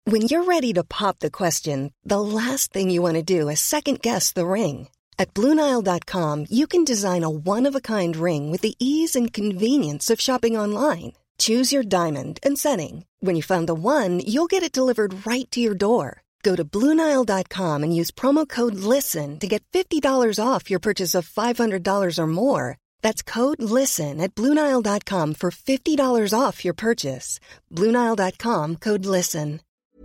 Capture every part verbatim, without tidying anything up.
When you're ready to pop the question, the last thing you want to do is second-guess the ring. At Blue Nile dot com, you can design a one-of-a-kind ring with the ease and convenience of shopping online. Choose your diamond and setting. When you find the one, you'll get it delivered right to your door. Go to Blue Nile dot com and use promo code LISTEN to get fifty dollars off your purchase of five hundred dollars or more. That's code LISTEN at Blue Nile dot com for fifty dollars off your purchase. Blue Nile dot com, code LISTEN.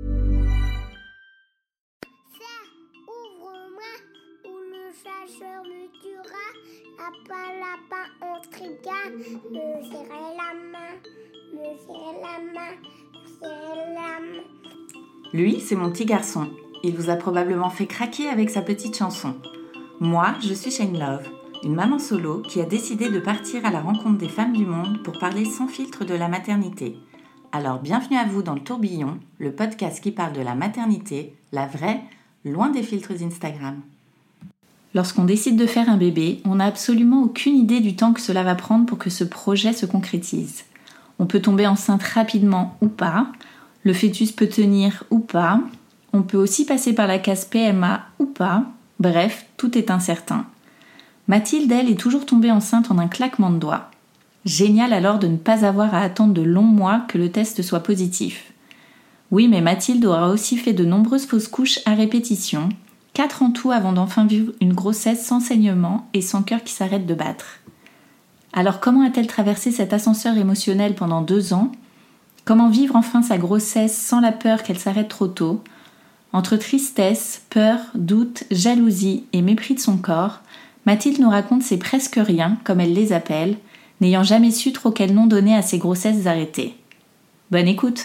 Ouvre-moi ou le chasseur me tuera. Lapin, lapin, on trigane. Me serrer la main, me serrer la main, me serrer la main. Lui, c'est mon petit garçon. Il vous a probablement fait craquer avec sa petite chanson. Moi, je suis Shane Love, une maman solo qui a décidé de partir à la rencontre des femmes du monde pour parler sans filtre de la maternité. Alors bienvenue à vous dans le Tourbillon, le podcast qui parle de la maternité, la vraie, loin des filtres Instagram. Lorsqu'on décide de faire un bébé, on n'a absolument aucune idée du temps que cela va prendre pour que ce projet se concrétise. On peut tomber enceinte rapidement ou pas, le fœtus peut tenir ou pas, on peut aussi passer par la case P M A ou pas, bref, tout est incertain. Mathilde, elle, est toujours tombée enceinte en un claquement de doigts. Génial alors de ne pas avoir à attendre de longs mois que le test soit positif. Oui, mais Mathilde aura aussi fait de nombreuses fausses couches à répétition, quatre en tout avant d'enfin vivre une grossesse sans saignement et sans cœur qui s'arrête de battre. Alors comment a-t-elle traversé cet ascenseur émotionnel pendant deux ans ? Comment vivre enfin sa grossesse sans la peur qu'elle s'arrête trop tôt ? Entre tristesse, peur, doute, jalousie et mépris de son corps, Mathilde nous raconte ses presque rien, comme elle les appelle, n'ayant jamais su trop quel nom donner à ses grossesses arrêtées. Bonne écoute.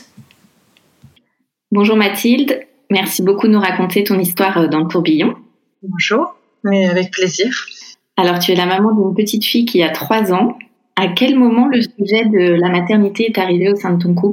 Bonjour Mathilde, merci beaucoup de nous raconter ton histoire dans le tourbillon. Bonjour, mais avec plaisir. Alors tu es la maman d'une petite fille qui a trois ans. À quel moment le sujet de la maternité est arrivé au sein de ton couple ?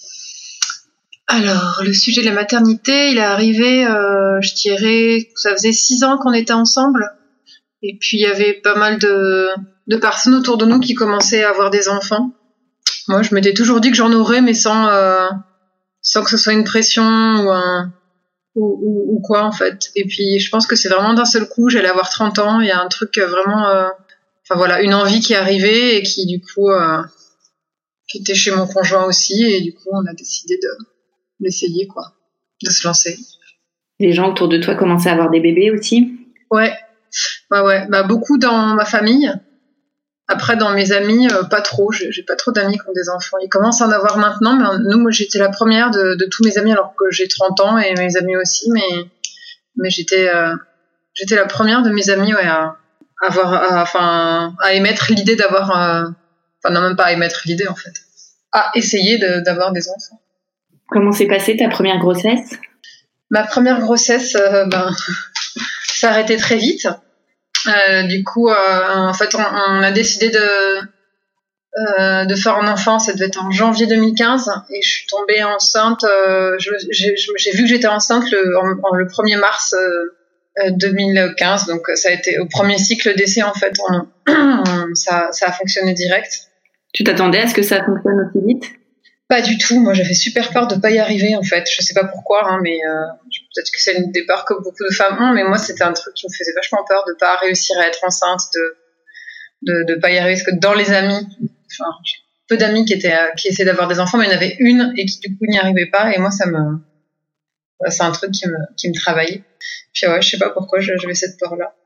Alors, le sujet de la maternité, il est arrivé, euh, je dirais, ça faisait six ans qu'on était ensemble. Et puis, il y avait pas mal de, de personnes autour de nous qui commençaient à avoir des enfants. Moi, je m'étais toujours dit que j'en aurais, mais sans, euh, sans que ce soit une pression ou, un, ou, ou, ou quoi, en fait. Et puis, je pense que c'est vraiment d'un seul coup, j'allais avoir trente ans, il y a un truc vraiment... Euh, Enfin voilà, une envie qui est arrivée et qui du coup, euh, qui était chez mon conjoint aussi, et du coup on a décidé de l'essayer, quoi, de se lancer. Les gens autour de toi commençaient à avoir des bébés aussi ? Ouais, ouais, ouais, bah beaucoup dans ma famille. Après dans mes amis, euh, pas trop. J'ai, j'ai pas trop d'amis qui ont des enfants. Ils commencent à en avoir maintenant, mais nous, moi, j'étais la première de, de tous mes amis, alors que j'ai trente ans et mes amis aussi, mais mais j'étais, euh, j'étais la première de mes amis, ouais. À, avoir à, enfin à émettre l'idée d'avoir euh, enfin non même pas à émettre l'idée en fait à essayer de, d'avoir des enfants. Comment s'est passée ta première grossesse ? Ma première grossesse euh, ben s'est arrêtée très vite, euh, du coup euh, en fait on, on a décidé de euh, de faire un enfant. Ça devait être en janvier deux mille quinze et je suis tombée enceinte, euh, je, j'ai, j'ai vu que j'étais enceinte le, en, en, le premier mars euh, deux mille quinze, donc ça a été au premier cycle d'essai en fait, on, on, ça, ça a fonctionné direct. Tu t'attendais à ce que ça fonctionne aussi vite ? Pas du tout, moi j'avais super peur de pas y arriver en fait, je sais pas pourquoi, hein, mais euh, peut-être que c'est une des peurs que beaucoup de femmes ont, mais moi c'était un truc qui me faisait vachement peur de pas réussir à être enceinte, de de, de pas y arriver, parce que dans les amis, enfin j'ai peu d'amis qui étaient qui essayaient d'avoir des enfants, mais il y en avait une et qui du coup n'y arrivait pas, et moi ça me c'est un truc qui me qui me travaillait. Puis ouais, je sais pas pourquoi j'avais cette peur-là.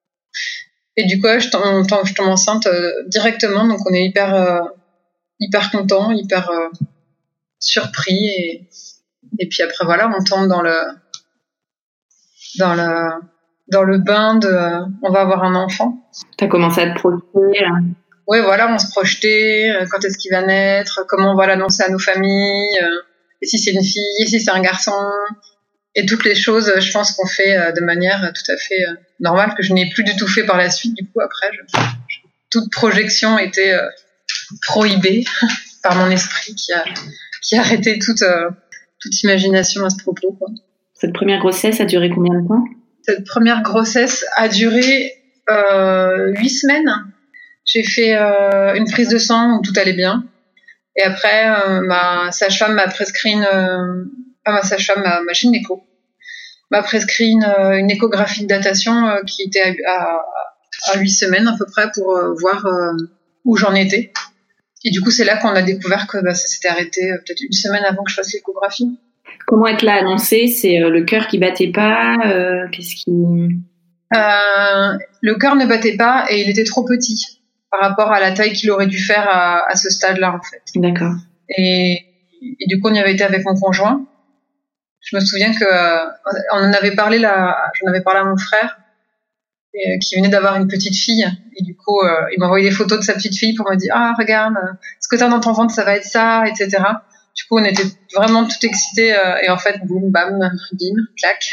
Et du coup, je tombe, je tombe enceinte euh, directement, donc on est hyper, euh, hyper content, hyper euh, surpris, et et puis après voilà, on tombe dans le, dans le, dans le bain de, euh, on va avoir un enfant. T'as commencé à te projeter. Ouais, voilà, on se projetait. Euh, quand est-ce qu'il va naître ? Comment on va l'annoncer à nos familles ? euh, Et si c'est une fille ? Et si c'est un garçon ? Et toutes les choses, je pense qu'on fait euh, de manière tout à fait euh, normale, que je n'ai plus du tout fait par la suite. Du coup, après, je, je, toute projection était euh, prohibée par mon esprit qui a, qui a arrêté toute, euh, toute imagination à ce propos, quoi. Cette première grossesse a duré combien de temps ? Cette première grossesse a duré euh, huit semaines. J'ai fait euh, une prise de sang où tout allait bien. Et après, euh, ma sage-femme m'a prescrit une, pas ma sage-femme, ma, ma gynéco, m'a prescrit une, une échographie de datation euh, qui était à, à huit semaines à peu près pour euh, voir euh, où j'en étais. Et du coup, c'est là qu'on a découvert que bah, ça s'était arrêté euh, peut-être une semaine avant que je fasse l'échographie. Comment elle te l'a annoncé ? C'est euh, le cœur qui battait pas euh, Qu'est-ce qui... Euh, le cœur ne battait pas et il était trop petit par rapport à la taille qu'il aurait dû faire à, à ce stade-là, en fait. D'accord. Et, et du coup, on y avait été avec mon conjoint. Je me souviens que euh, on en avait parlé là, j'en avais parlé à mon frère et, euh, qui venait d'avoir une petite fille. Et du coup, euh, il m'a envoyé des photos de sa petite fille pour me dire ah regarde, ce que t'as dans ton ventre, ça va être ça, et cetera. Du coup, on était vraiment tout excités euh, et en fait, boum, bam, bim, clac.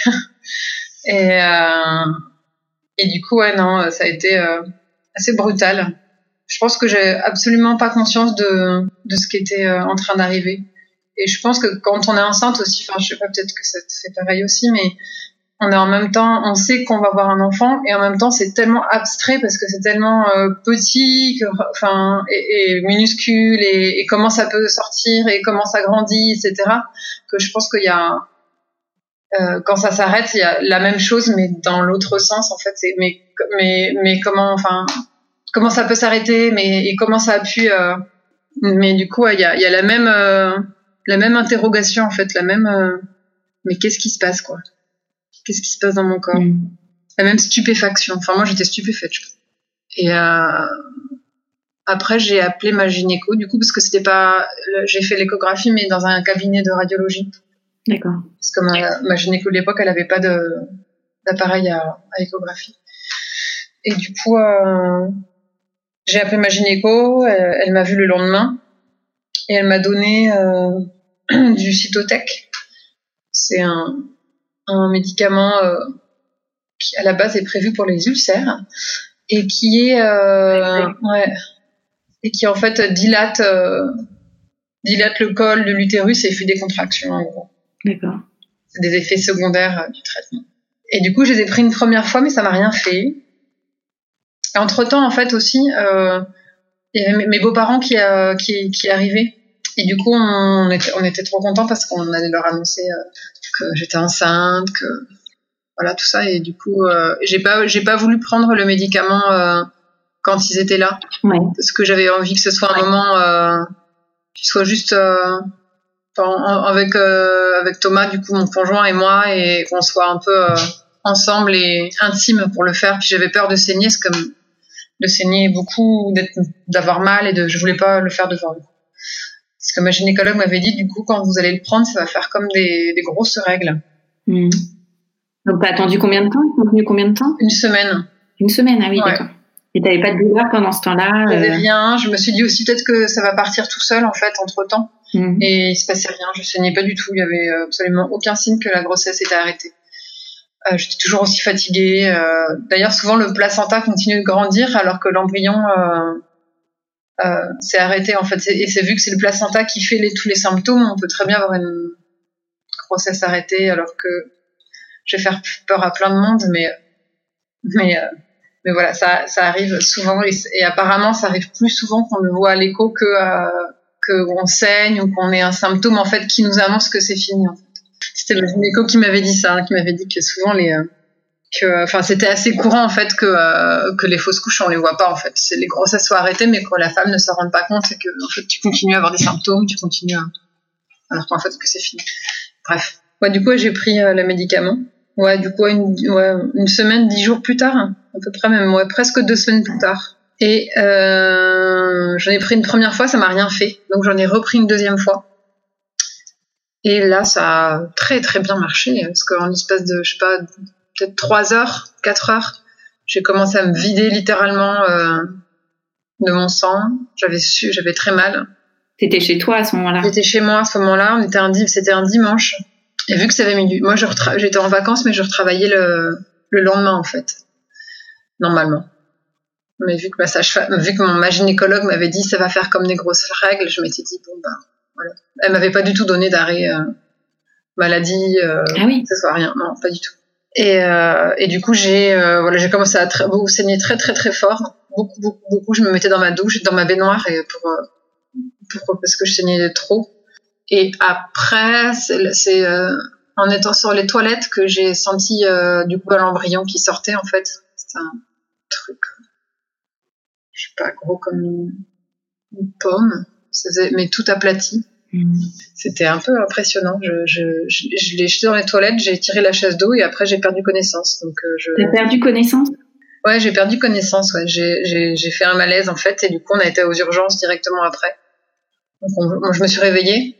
et euh, et du coup, ouais, non, ça a été euh, assez brutal. Je pense que j'ai absolument pas conscience de de ce qui était euh, en train d'arriver. Et je pense que quand on est enceinte aussi, enfin, je sais pas, peut-être que ça c'est pareil aussi, mais on est en même temps, on sait qu'on va avoir un enfant, et en même temps, c'est tellement abstrait parce que c'est tellement euh, petit, que, enfin, et, et minuscule, et, et comment ça peut sortir, et comment ça grandit, et cetera. Que je pense qu'il y a, euh, quand ça s'arrête, il y a la même chose, mais dans l'autre sens, en fait. C'est, mais, mais, mais comment, enfin, comment ça peut s'arrêter, mais et comment ça a pu, euh, mais du coup, il y a, il y a la même, euh, la même interrogation, en fait, la même, euh, mais qu'est-ce qui se passe, quoi? Qu'est-ce qui se passe dans mon corps? Mmh. La même stupéfaction. Enfin, moi, j'étais stupéfaite, je crois. Et euh, après, j'ai appelé ma gynéco, du coup, parce que c'était pas... J'ai fait l'échographie, mais dans un cabinet de radiologie. D'accord. Parce que ma, ma gynéco de l'époque, elle avait pas de, d'appareil à, à échographie. Et du coup, euh, j'ai appelé ma gynéco, elle, elle m'a vue le lendemain, et elle m'a donné euh, du Cytotec. C'est un... un médicament euh, qui à la base est prévu pour les ulcères et qui est euh, ouais, et qui en fait dilate euh, dilate le col de l'utérus et fait des contractions en gros. D'accord. C'est des effets secondaires euh, du traitement. Et du coup, je les ai pris une première fois, mais ça m'a rien fait. Et entre-temps, en fait aussi, euh, il y avait mes beaux-parents qui euh, qui qui arrivaient. Et du coup, on était on était trop contents parce qu'on allait leur annoncer euh, que j'étais enceinte, que voilà tout ça. Et du coup, euh, j'ai pas j'ai pas voulu prendre le médicament euh, quand ils étaient là, ouais. Parce que j'avais envie que ce soit un moment euh, qui soit juste euh, en, avec euh, avec Thomas, du coup mon conjoint et moi, et qu'on soit un peu euh, ensemble et intime pour le faire. Puis j'avais peur de saigner, parce que de saigner beaucoup, d'être, d'avoir mal, et de je voulais pas le faire devant eux. Parce que ma gynécologue m'avait dit, du coup, quand vous allez le prendre, ça va faire comme des, des grosses règles. Mmh. Donc, t'as attendu combien de temps? T'as tenu combien de temps? Une semaine. Une semaine, ah oui, ouais. D'accord. Et t'avais pas de douleur pendant ce temps-là? J'avais euh... rien. Je me suis dit aussi peut-être que ça va partir tout seul, en fait, entre-temps. Mmh. Et il se passait rien. Je saignais pas du tout. Il y avait absolument aucun signe que la grossesse était arrêtée. Euh, j'étais toujours aussi fatiguée. Euh, d'ailleurs, souvent, le placenta continue de grandir alors que l'embryon... Euh, Euh, c'est arrêté en fait, et c'est vu que c'est le placenta qui fait les, tous les symptômes, on peut très bien avoir une grossesse arrêtée, alors que je vais faire peur à plein de monde, mais mais euh, mais voilà, ça ça arrive souvent, et, et apparemment ça arrive plus souvent qu'on le voit à l'écho que euh, que on saigne ou qu'on ait un symptôme en fait qui nous annonce que c'est fini en fait. C'était le gynéco qui m'avait dit ça, hein, qui m'avait dit que souvent les euh, que enfin c'était assez courant en fait que euh, que les fausses couches on les voit pas en fait, c'est les grossesses soient arrêtées mais que la femme ne se rende pas compte, et que en fait tu continues à avoir des symptômes, tu continues à... alors qu'en fait que c'est fini. Bref, ouais, du coup j'ai pris euh, le médicament, ouais, du coup une ouais, une semaine, dix jours plus tard, hein, à peu près, même ouais, presque deux semaines plus tard, et euh, j'en ai pris une première fois, ça m'a rien fait, donc j'en ai repris une deuxième fois. Et là ça a très très bien marché, parce qu'en l'espace de je sais pas peut-être trois heures, quatre heures, j'ai commencé à me vider littéralement euh, de mon sang. J'avais su, j'avais très mal. T'étais chez toi à ce moment-là? J'étais chez moi à ce moment-là. On était un, c'était un dimanche. Et vu que ça avait mis du... Moi, je retra... j'étais en vacances, mais je retravaillais le, le lendemain, en fait. Normalement. Mais vu que ma sage-femme, vu que mon, ma gynécologue m'avait dit ça va faire comme des grosses règles, je m'étais dit, bon, bah, voilà. Elle m'avait pas du tout donné d'arrêt euh, maladie, euh, ah oui. que ce soit rien. Non, pas du tout. Et, euh, et du coup, j'ai, euh, voilà, j'ai commencé à très, beaucoup saigner très, très, très fort. Beaucoup, beaucoup, beaucoup. Je me mettais dans ma douche, dans ma baignoire, et pour, euh, pour, parce que je saignais trop. Et après, c'est, c'est euh, en étant sur les toilettes que j'ai senti euh, du coup l'embryon qui sortait en fait. C'était un truc, je sais pas, gros comme une, une pomme, c'était, mais tout aplati. Mmh. C'était un peu impressionnant. Je, je, je, je l'ai jeté dans les toilettes, j'ai tiré la chasse d'eau et après j'ai perdu connaissance. Donc euh, je... T'as perdu connaissance ? Ouais, j'ai perdu connaissance. Ouais, j'ai, j'ai, j'ai fait un malaise en fait et du coup on a été aux urgences directement après. Donc on, moi, je me suis réveillée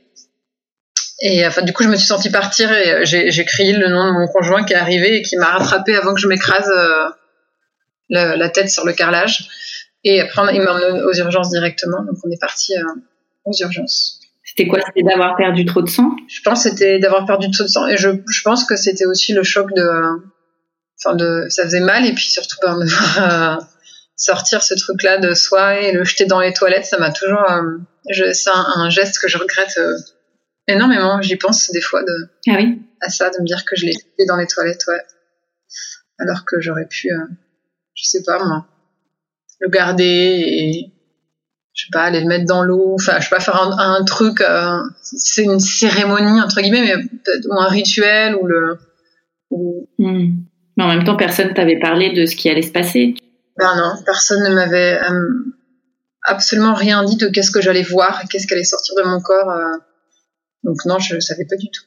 et enfin du coup je me suis sentie partir et j'ai, j'ai crié le nom de mon conjoint qui est arrivé et qui m'a rattrapée avant que je m'écrase euh, la, la tête sur le carrelage. Et après on, il m'a emmenée aux urgences directement. Donc on est parti euh, aux urgences. C'était quoi ? C'était d'avoir perdu trop de sang ? Je pense que c'était d'avoir perdu trop de sang. Et je, je pense que c'était aussi le choc de... Enfin, de, ça faisait mal. Et puis surtout, ben, de voir euh, sortir ce truc-là de soi et le jeter dans les toilettes, ça m'a toujours... Euh, je, c'est un, un geste que je regrette euh, énormément. J'y pense des fois de, ah oui. à ça, de me dire que je l'ai jeté dans les toilettes, ouais. Alors que j'aurais pu, euh, je sais pas moi, le garder et... je sais pas, aller le mettre dans l'eau, enfin, je sais pas, faire un, un truc, euh, c'est une cérémonie, entre guillemets, mais peut-être, ou un rituel, ou le... Ou... Mmh. Mais en même temps, personne t'avait parlé de ce qui allait se passer. Ben non, personne ne m'avait euh, absolument rien dit de qu'est-ce que j'allais voir, qu'est-ce qui allait sortir de mon corps. Euh... Donc non, je savais pas du tout.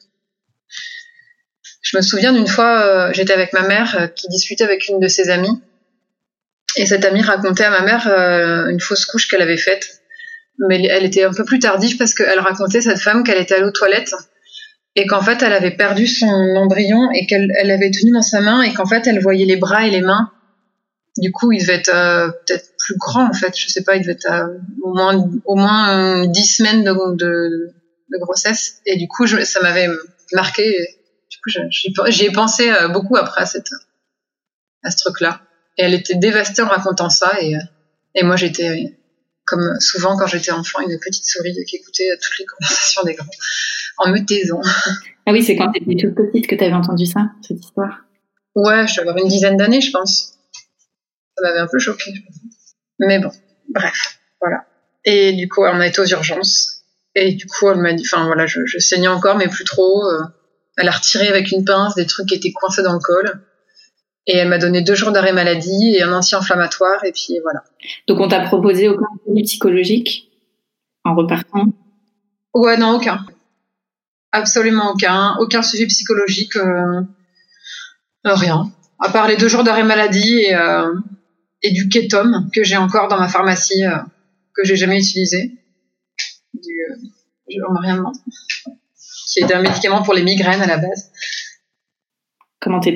Je me souviens d'une fois, euh, j'étais avec ma mère euh, qui discutait avec une de ses amies, et cette amie racontait à ma mère euh, une fausse couche qu'elle avait faite. Mais elle était un peu plus tardive parce qu'elle racontait, cette femme, qu'elle était allée aux toilettes et qu'en fait, elle avait perdu son embryon et qu'elle elle l'avait tenu dans sa main et qu'en fait, elle voyait les bras et les mains. Du coup, il devait être euh, peut-être plus grand, en fait. Je sais pas, il devait être euh, au moins, au moins euh, dix semaines de, de, de grossesse. Et du coup, je, ça m'avait marqué. Et, du coup, je, j'y, j'y ai pensé euh, beaucoup après à, cette, à ce truc-là. Et elle était dévastée en racontant ça. Et, et moi, j'étais, comme souvent quand j'étais enfant, une petite souris qui écoutait toutes les conversations des grands en me taisant. Ah oui, c'est quand t'étais toute petite que t'avais entendu ça, cette histoire ? Ouais, je devais avoir une dizaine d'années, je pense. Ça m'avait un peu choquée. Mais bon, bref, voilà. Et du coup, on a été aux urgences. Et du coup, elle m'a dit, enfin voilà, je, je saignais encore, mais plus trop. Euh, elle a retiré avec une pince des trucs qui étaient coincés dans le col. Et elle m'a donné deux jours d'arrêt maladie et un anti-inflammatoire, et puis voilà. Donc on t'a proposé aucun suivi psychologique en repartant ? Ouais, non, aucun. Absolument aucun. Aucun suivi psychologique. Euh, euh, rien. À part les deux jours d'arrêt maladie et, euh, et du Ketom que j'ai encore dans ma pharmacie, euh, que j'ai jamais utilisé. Du, euh, je ne rien demande. Qui est un médicament pour les migraines à la base. Comment t'étais ?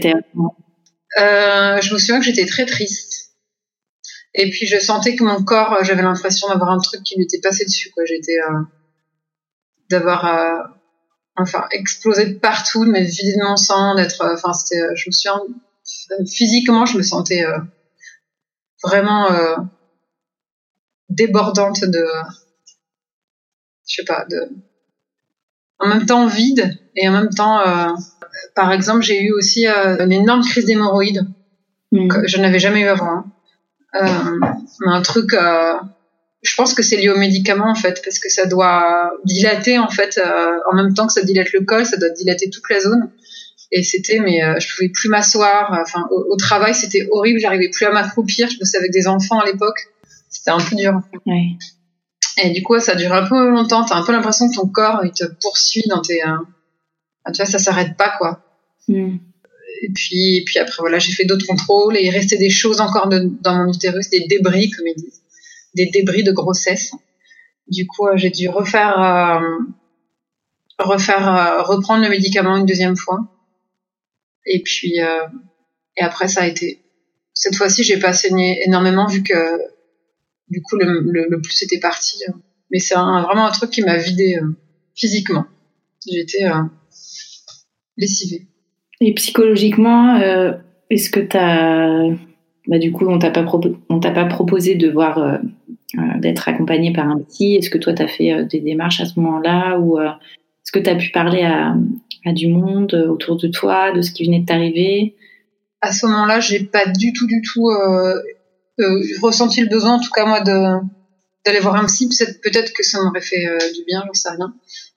Euh, je me souviens que j'étais très triste. Et puis je sentais que mon corps, j'avais l'impression d'avoir un truc qui m'était passé dessus, quoi. J'étais euh, d'avoir euh, enfin explosé de partout, de me vider de mon sang, d'être euh, enfin c'était euh, je me souviens euh, physiquement, je me sentais euh, vraiment euh, débordante de je sais pas, de en même temps vide et en même temps euh, par exemple, j'ai eu aussi euh, une énorme crise d'hémorroïdes mmh. que je n'avais jamais eu avant. Hein. Euh, un truc, euh, je pense que c'est lié aux médicaments en fait, parce que ça doit dilater en fait, euh, en même temps que ça dilate le col, ça doit dilater toute la zone. Et c'était, mais euh, je pouvais plus m'asseoir. Enfin, au, au travail, c'était horrible. J'arrivais plus à m'accroupir. Je bossais avec des enfants à l'époque. C'était un peu dur. Ouais. Et du coup, ça dure un peu longtemps. T'as un peu l'impression que ton corps, il te poursuit dans tes. Euh... Ah, tu vois, ça s'arrête pas, quoi. Mm. Et puis, et puis après, voilà, j'ai fait d'autres contrôles et il restait des choses encore de, dans mon utérus, des débris, comme ils disent, des débris de grossesse. Du coup, euh, j'ai dû refaire, euh, refaire, euh, reprendre le médicament une deuxième fois. Et puis, euh, et après, ça a été. Cette fois-ci, j'ai pas saigné énormément vu que, du coup, le, le, le plus était parti. Mais c'est un, vraiment un truc qui m'a vidé euh, physiquement. J'étais euh, lessivée. Et psychologiquement, euh, est-ce que t'as, bah du coup, on t'a pas propo... on t'a pas proposé de voir, euh, euh, d'être accompagnée par un psy. Est-ce que toi, t'as fait euh, des démarches à ce moment-là, ou euh, est-ce que t'as pu parler à, à du monde autour de toi, de ce qui venait de t'arriver ? À ce moment-là, j'ai pas du tout, du tout euh, euh, ressenti le besoin, en tout cas moi, de d'aller voir un psy. Peut-être, peut-être que ça m'aurait fait euh, du bien, j'en sais rien.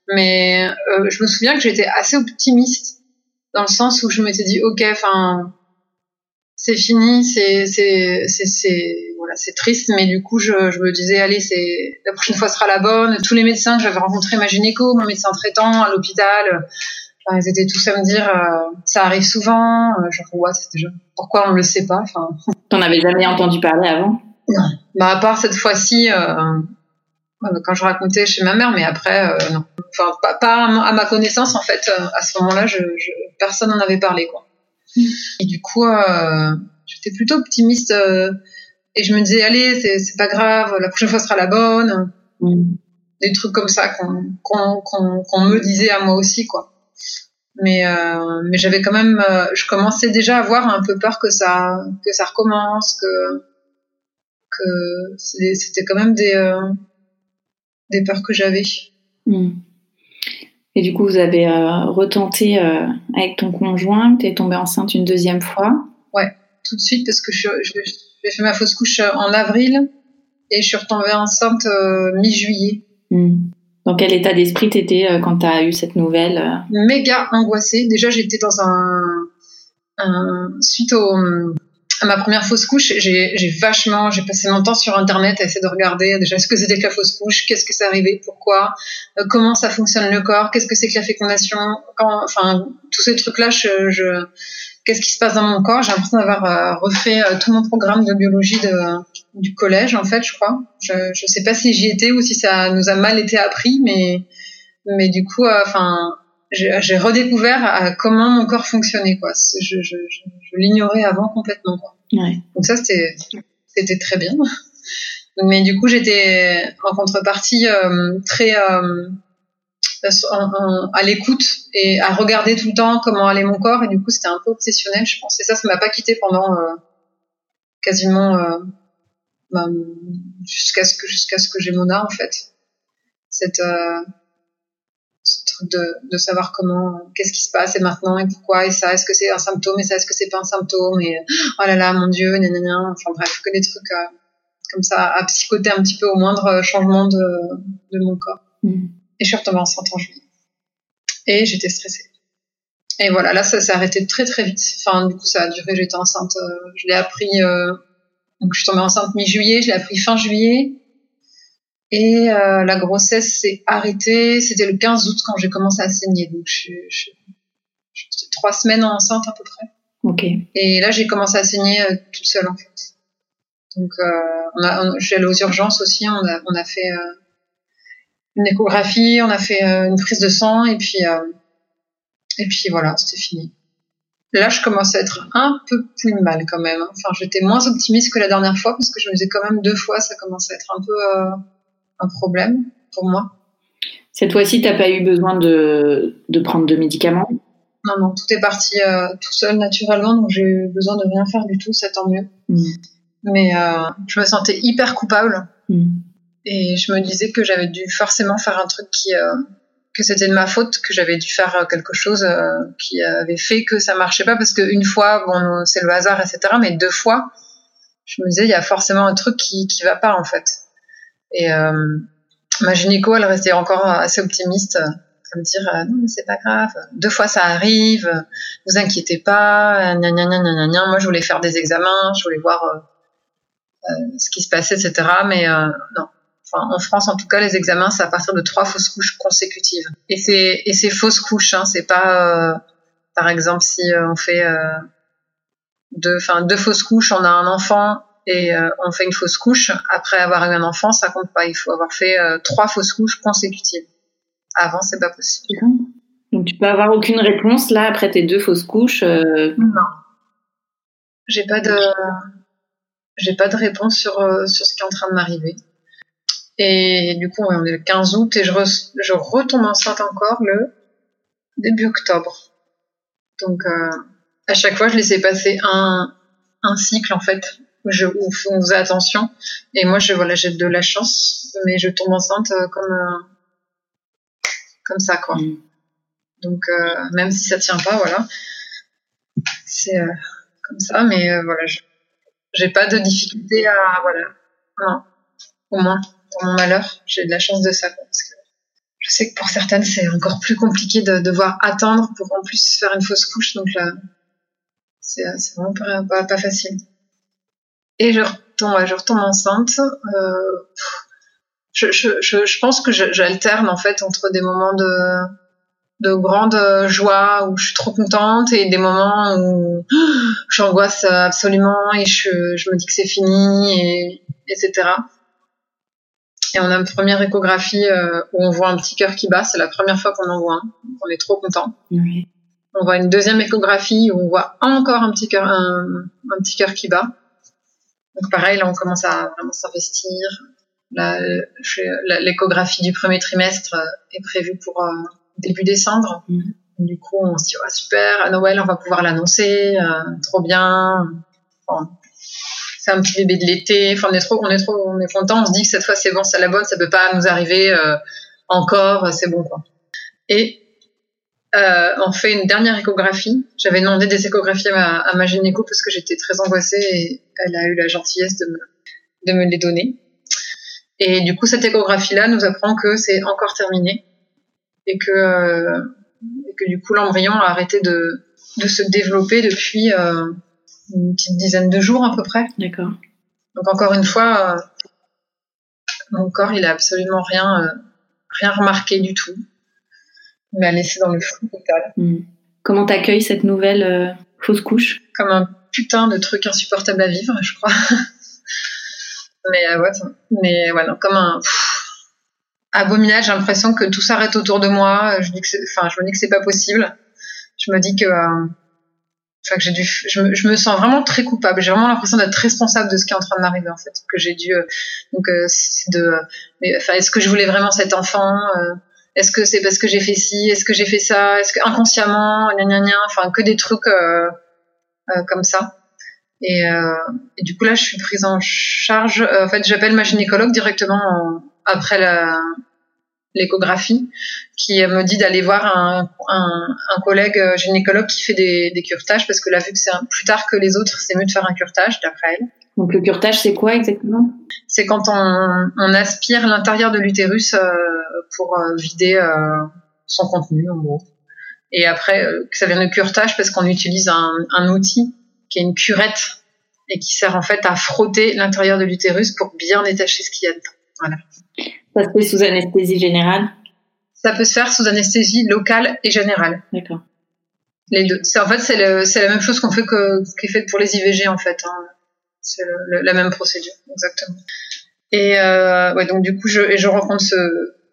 Mais euh, je me souviens que j'étais assez optimiste dans le sens où je m'étais dit ok, enfin c'est fini, c'est c'est c'est c'est voilà, c'est triste, mais du coup je je me disais allez, c'est la prochaine fois sera la bonne. Tous les médecins que j'avais rencontrés, ma gynéco, mon médecin traitant à l'hôpital, enfin, ils étaient tous à me dire euh, ça arrive souvent, euh, genre ouais, c'est déjà pourquoi on le sait pas, enfin. T'en avais jamais entendu parler avant? Non, bah à part cette fois-ci euh, quand je racontais chez ma mère, mais après euh, non, enfin pas, pas à ma connaissance en fait. Euh, à ce moment-là, je, je personne n'en avait parlé quoi. Mmh. Et du coup, euh, j'étais plutôt optimiste euh, et je me disais allez, c'est c'est pas grave, la prochaine fois sera la bonne. Mmh. Des trucs comme ça qu'on qu'on qu'on qu'on me disait à moi aussi quoi. Mais euh, mais j'avais quand même, euh, je commençais déjà à avoir un peu peur que ça que ça recommence, que que c'était, c'était quand même des euh, des peurs que j'avais. Mmh. Et du coup, vous avez euh, retenté euh, avec ton conjoint, tu es tombée enceinte une deuxième fois? Ouais, tout de suite, parce que je, je, j'ai fait ma fausse couche en avril et je suis retombée enceinte euh, mi-juillet. Mmh. Dans quel état d'esprit t'étais euh, quand t'as eu cette nouvelle euh... Méga angoissée. Déjà, j'étais dans un... un suite au... à ma première fausse couche, j'ai, j'ai vachement, j'ai passé mon temps sur Internet à essayer de regarder déjà ce que c'était que la fausse couche, qu'est-ce que ça arrivait, pourquoi, euh, comment ça fonctionne le corps, qu'est-ce que c'est que la fécondation, quand, enfin tous ces trucs-là, je, je, qu'est-ce qui se passe dans mon corps. J'ai l'impression d'avoir euh, refait euh, tout mon programme de biologie de, du collège en fait, je crois. Je, je sais pas si j'y étais ou si ça nous a mal été appris, mais mais du coup, enfin. Euh, J'ai, j'ai redécouvert à comment mon corps fonctionnait, quoi. Je, je, je, je l'ignorais avant complètement, quoi. Ouais. Donc ça, c'était, c'était très bien. Mais du coup, j'étais en contrepartie euh, très euh, en, en, à l'écoute et à regarder tout le temps comment allait mon corps. Et du coup, c'était un peu obsessionnel, je pense. Et ça, ça m'a pas quitté pendant euh, quasiment euh, bah, jusqu'à ce que jusqu'à ce que j'ai mon âge, en fait. Cette euh, De, de savoir comment, qu'est-ce qui se passe et maintenant et pourquoi et ça, est-ce que c'est un symptôme et ça, est-ce que c'est pas un symptôme et oh là là, mon Dieu, gna gna gna, enfin bref, que des trucs euh, comme ça à psychoter un petit peu au moindre changement de, de mon corps. Mmh. Et je suis retombée enceinte en juillet. Et j'étais stressée. Et voilà, là, ça s'est arrêté très très vite. Enfin, du coup, ça a duré, j'étais enceinte, euh, je l'ai appris, euh, donc je suis tombée enceinte mi-juillet, je l'ai appris fin juillet. Et euh, la grossesse s'est arrêtée, c'était le quinze août quand j'ai commencé à saigner, donc je suis trois semaines enceinte à peu près. Ok. Et là j'ai commencé à saigner euh, toute seule en fait. Donc euh, on a, on, je suis allée aux urgences aussi, on a, on a fait euh, une échographie, on a fait euh, une prise de sang et puis euh, et puis voilà, c'était fini. Là je commence à être un peu plus mal quand même. Enfin j'étais moins optimiste que la dernière fois parce que je me disais quand même deux fois ça commençait à être un peu euh, un problème pour moi. Cette fois-ci, t'as pas eu besoin de, de prendre de médicaments? Non, non, tout est parti euh, tout seul naturellement, donc j'ai eu besoin de rien faire du tout, ça tant mieux. Mmh. Mais euh, je me sentais hyper coupable mmh. et je me disais que j'avais dû forcément faire un truc qui, euh, que c'était de ma faute, que j'avais dû faire quelque chose euh, qui avait fait que ça marchait pas, parce qu'une fois, bon, c'est le hasard, et cetera, mais deux fois, je me disais, il y a forcément un truc qui, qui va pas en fait. Et euh, ma gynéco, elle restait encore assez optimiste, à me dire euh, non mais c'est pas grave, deux fois ça arrive, vous inquiétez pas, gna gna gna gna gna. Moi je voulais faire des examens, je voulais voir euh, euh, ce qui se passait, et cetera. Mais euh, non. Enfin, en France en tout cas, les examens c'est à partir de trois fausses couches consécutives. Et c'est et c'est fausses couches, hein, c'est pas euh, par exemple si euh, on fait euh, deux, enfin deux fausses couches, on a un enfant. Et euh, on fait une fausse couche, après avoir eu un enfant, ça compte pas. Il faut avoir fait euh, trois fausses couches consécutives. Avant, c'est pas possible. Donc tu peux avoir aucune réponse là après tes deux fausses couches. Euh... Non, j'ai pas de, j'ai pas de réponse sur euh, sur ce qui est en train de m'arriver. Et du coup, on est le quinze août et je, re- je retombe enceinte encore le début octobre. Donc euh, à chaque fois, je laissais passer un un cycle en fait. Je, où on faisait attention et moi je voilà j'ai de la chance mais je tombe enceinte euh, comme euh, comme ça quoi. Mmh. Donc euh, même si ça tient pas voilà c'est euh, comme ça mais euh, voilà je, j'ai pas de difficulté à voilà non au moins dans mon malheur j'ai de la chance de ça quoi, parce que Je sais que pour certaines, c'est encore plus compliqué de devoir attendre pour en plus faire une fausse couche. Donc là, c'est, c'est vraiment pas, pas, pas facile. Et je retombe, ouais, je retombe enceinte. Euh, je, je, je, je pense que je, j'alterne en fait entre des moments de, de grande joie où je suis trop contente et des moments où j'angoisse absolument et je, je me dis que c'est fini, et, etc. Et on a une première échographie euh, où on voit un petit cœur qui bat. C'est la première fois qu'on en voit un. On est trop content. Oui. On voit une deuxième échographie où on voit encore un petit cœur, un, un petit cœur qui bat. Donc pareil, là on commence à vraiment s'investir. La, la, l'échographie du premier trimestre est prévue pour euh, début décembre. Mmh. Du coup, on se dit oh, super, à Noël on va pouvoir l'annoncer, euh, trop bien. Enfin, c'est un petit bébé de l'été. Enfin, on est trop, on est trop, on est content. On se dit que cette fois c'est bon, c'est la bonne, ça peut pas nous arriver euh, encore, c'est bon quoi. Et euh, on fait une dernière échographie. J'avais demandé des échographies à ma, à ma gynéco parce que j'étais très angoissée et elle a eu la gentillesse de me, de me les donner. Et du coup, cette échographie-là nous apprend que c'est encore terminé et que, euh, et que du coup l'embryon a arrêté de, de se développer depuis euh, une petite dizaine de jours à peu près. D'accord. Donc encore une fois, euh, mon corps il a absolument rien, euh, rien remarqué du tout. Il m'a laissé dans le flou total. Mmh. Comment t'accueilles cette nouvelle euh, fausse couche ? Comme un putain de truc insupportable à vivre, je crois. mais euh, ouais, mais ouais, non, comme un pff, abominable. J'ai l'impression que tout s'arrête autour de moi. Je dis que c'est, enfin, je me dis que c'est pas possible. Je me dis que, euh, enfin, que j'ai dû, je me, je me sens vraiment très coupable. J'ai vraiment l'impression d'être responsable de ce qui est en train de m'arriver en fait. Que j'ai dû, euh, donc, euh, c'est de, euh, mais, enfin, est-ce que je voulais vraiment cet enfant euh, Est-ce que c'est parce que j'ai fait ci? Est-ce que j'ai fait ça? Est-ce que inconsciemment, gna gna gna, enfin que des trucs euh, euh, comme ça. Et, euh, et du coup là, je suis prise en charge. Euh, en fait, j'appelle ma gynécologue directement en, après la, l'échographie, qui me dit d'aller voir un, un, un collègue gynécologue qui fait des, des curetages, parce que là, vu que c'est un, plus tard que les autres, c'est mieux de faire un curetage d'après elle. Donc le curetage, c'est quoi exactement ? C'est quand on, on aspire l'intérieur de l'utérus euh, pour euh, vider euh, son contenu, en gros. Et après, euh, que ça vienne de curetage, parce qu'on utilise un, un outil qui est une curette et qui sert en fait à frotter l'intérieur de l'utérus pour bien détacher ce qu'il y a dedans. Voilà. Ça se fait sous anesthésie générale ? Ça peut se faire sous anesthésie locale et générale. D'accord. Les deux. C'est, en fait, c'est, le, c'est la même chose qu'on fait que, qui est faite pour les I V G, en fait. Hein. C'est le, le, la même procédure, exactement. Et euh, ouais, donc du coup, je, et je rencontre ce,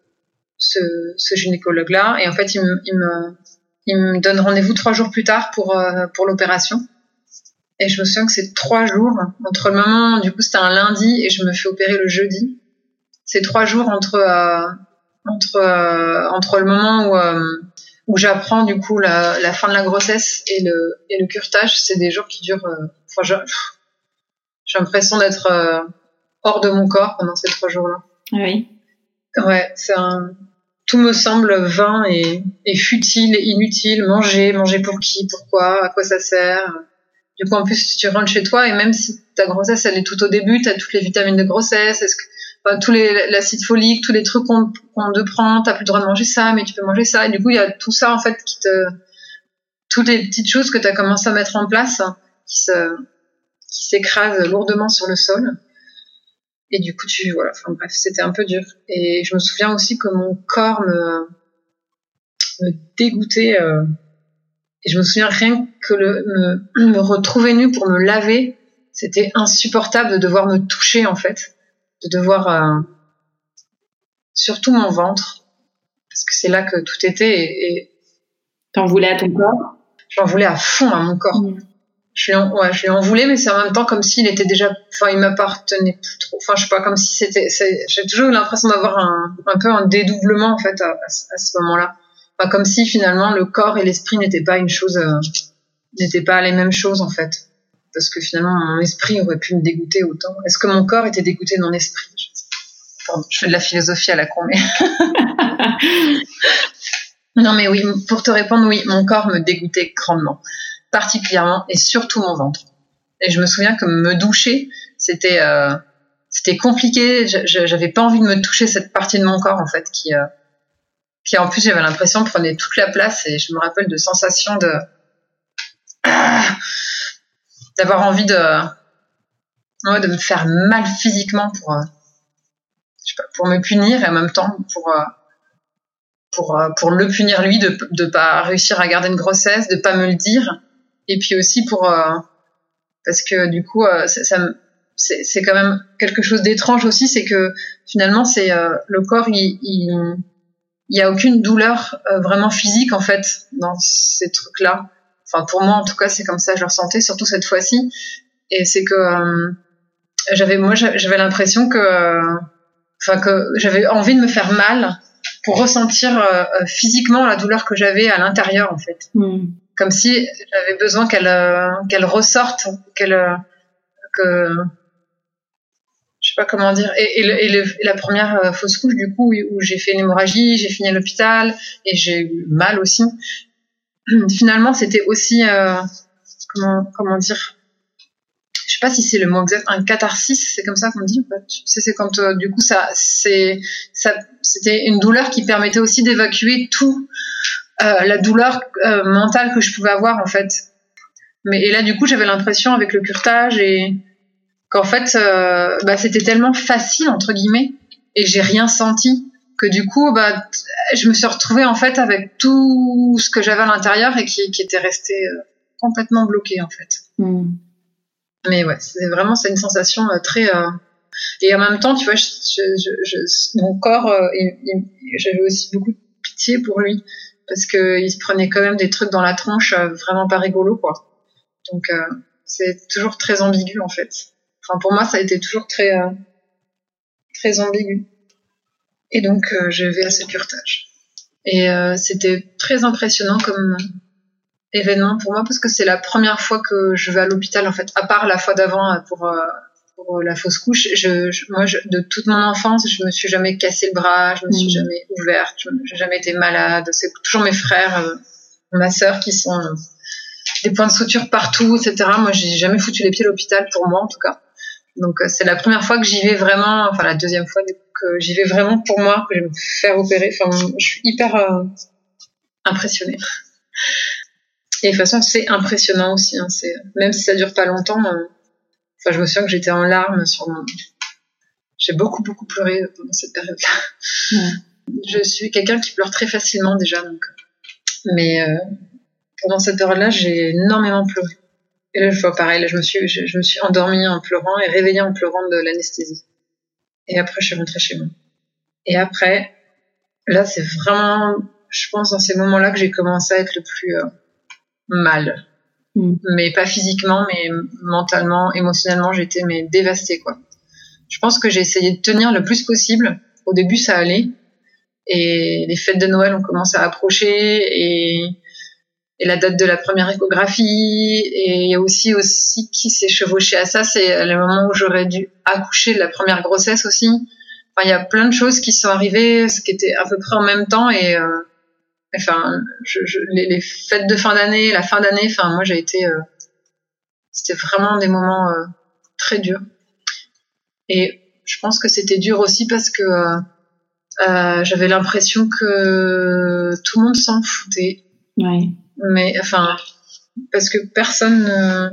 ce, ce gynécologue-là, et en fait, il me, il me, il me donne rendez-vous trois jours plus tard pour, euh, pour l'opération. Et je me souviens que c'est trois jours, entre le moment, du coup, c'était un lundi, et je me fais opérer le jeudi. C'est trois jours entre, euh, entre, euh, entre le moment où, euh, où j'apprends, du coup, la, la fin de la grossesse et le, et le curetage. C'est des jours qui durent, euh, enfin, je, j'ai l'impression d'être euh, hors de mon corps pendant ces trois jours-là. Oui. Ouais, c'est un... Tout me semble vain et, et futile et inutile. Manger, manger pour qui, pourquoi, à quoi ça sert. Du coup, en plus, tu rentres chez toi et même si ta grossesse, elle est tout au début, t'as toutes les vitamines de grossesse, est-ce que, enfin, tous les, l'acide folique, tous les trucs qu'on, qu'on te prend, t'as plus le droit de manger ça, mais tu peux manger ça. Et du coup, il y a tout ça, en fait, qui te... Toutes les petites choses que t'as commencé à mettre en place, qui se... qui s'écrasent lourdement sur le sol. Et du coup, tu, voilà, enfin bref, c'était un peu dur. Et je me souviens aussi que mon corps me, me dégoûtait, euh, et je me souviens rien que le, me, me retrouver nue pour me laver, c'était insupportable de devoir me toucher, en fait. De devoir, euh, surtout mon ventre. Parce que c'est là que tout était, et, et t'en voulais à ton corps? J'en voulais à fond à mon corps. Mmh. Je lui en, ouais, je lui en voulais, mais c'est en même temps comme s'il était déjà, enfin, il m'appartenait plus trop. Enfin, je sais pas, comme si c'était, c'est, j'ai toujours eu l'impression d'avoir un, un peu un dédoublement, en fait, à, à, à ce moment-là. Enfin, comme si, finalement, le corps et l'esprit n'étaient pas une chose, euh, n'étaient pas les mêmes choses, en fait. Parce que finalement, mon esprit aurait pu me dégoûter autant. Est-ce que mon corps était dégoûté de mon esprit? Je sais pas. Pardon, je fais de la philosophie à la con, mais. Non, mais oui, pour te répondre, oui, mon corps me dégoûtait grandement. Particulièrement, et surtout mon ventre. Et je me souviens que me doucher, c'était euh, c'était compliqué. Je, je, j'avais pas envie de me toucher cette partie de mon corps, en fait, qui euh, qui en plus j'avais l'impression prenait toute la place, et je me rappelle de sensations de ah, d'avoir envie de ouais, de me faire mal physiquement pour euh, je sais pas, pour me punir, et en même temps pour euh, pour euh, pour le punir lui de de pas réussir à garder une grossesse, de pas me le dire, et puis aussi pour euh, parce que du coup euh, ça, ça c'est c'est quand même quelque chose d'étrange aussi, c'est que finalement c'est euh, le corps il il il y a aucune douleur euh, vraiment physique en fait dans ces trucs là. Enfin pour moi en tout cas c'est comme ça que je le ressentais, surtout cette fois-ci. Et c'est que euh, j'avais moi j'avais l'impression que enfin euh, que j'avais envie de me faire mal pour ressentir euh, physiquement la douleur que j'avais à l'intérieur en fait. Mm. Comme si j'avais besoin qu'elle euh, qu'elle ressorte, qu'elle euh, que je sais pas comment dire. Et, et, le, et, le, et la première euh, fausse couche du coup où j'ai fait une hémorragie, j'ai fini à l'hôpital et j'ai eu mal aussi. Finalement c'était aussi euh, comment comment dire. Je sais pas si c'est le mot exact, un catharsis, c'est comme ça qu'on dit. Tu sais, c'est quand euh, du coup ça, c'est, ça, c'était une douleur qui permettait aussi d'évacuer tout euh, la douleur euh, mentale que je pouvais avoir en fait. Mais et là du coup j'avais l'impression avec le curetage et qu'en fait euh, bah c'était tellement facile entre guillemets et j'ai rien senti que du coup bah je me suis retrouvée en fait avec tout ce que j'avais à l'intérieur et qui, qui était resté euh, complètement bloqué en fait. Mm. Mais ouais, c'est vraiment c'est une sensation euh, très euh... et en même temps, tu vois, je, je, je, mon corps, euh, il, il, j'avais aussi beaucoup de pitié pour lui parce que il se prenait quand même des trucs dans la tronche, euh, vraiment pas rigolo quoi. Donc euh, c'est toujours très ambigu en fait. Enfin pour moi, ça a été toujours très euh, très ambigu. Et donc euh, je vais à ce curetage. Et euh, c'était très impressionnant comme événement pour moi parce que c'est la première fois que je vais à l'hôpital en fait, à part la fois d'avant pour, euh, pour la fausse couche. Je, je, moi, je, de toute mon enfance, je me suis jamais cassé le bras, je me suis mmh. jamais ouverte, je n'ai jamais été malade. C'est toujours mes frères, euh, ma sœur qui sont euh, des points de suture partout, et cetera. Moi, j'ai jamais foutu les pieds à l'hôpital pour moi en tout cas. Donc euh, c'est la première fois que j'y vais vraiment, enfin la deuxième fois que j'y vais vraiment pour moi, que je vais me faire opérer. Enfin, je suis hyper euh, impressionnée. Et de toute façon, c'est impressionnant aussi. Hein, c'est, même si ça dure pas longtemps, euh, enfin, je me souviens que j'étais en larmes sur mon... J'ai beaucoup, beaucoup pleuré pendant cette période-là. Ouais. Je suis quelqu'un qui pleure très facilement déjà. Donc... Mais euh, pendant cette période-là, j'ai énormément pleuré. Et là, je vois pareil. Là, je, me suis, je, je me suis endormie en pleurant et réveillée en pleurant de l'anesthésie. Et après, je suis rentrée chez moi. Et après, là, c'est vraiment, je pense, dans ces moments-là que j'ai commencé à être le plus... Euh, mal, mmh. mais pas physiquement, mais mentalement, émotionnellement, j'étais mais dévastée quoi. Je pense que j'ai essayé de tenir le plus possible. Au début, ça allait, et les fêtes de Noël ont commencé à approcher, et, et la date de la première échographie, et il y a aussi aussi qui s'est chevauché à ça, c'est le moment où j'aurais dû accoucher de la première grossesse aussi. Enfin, il y a plein de choses qui sont arrivées, ce qui était à peu près en même temps, et euh, Enfin, je, je, les, les fêtes de fin d'année, la fin d'année, enfin, moi, j'ai été, euh, c'était vraiment des moments euh, très durs. Et je pense que c'était dur aussi parce que euh, euh, j'avais l'impression que tout le monde s'en foutait. Oui. Mais enfin, parce que personne ne,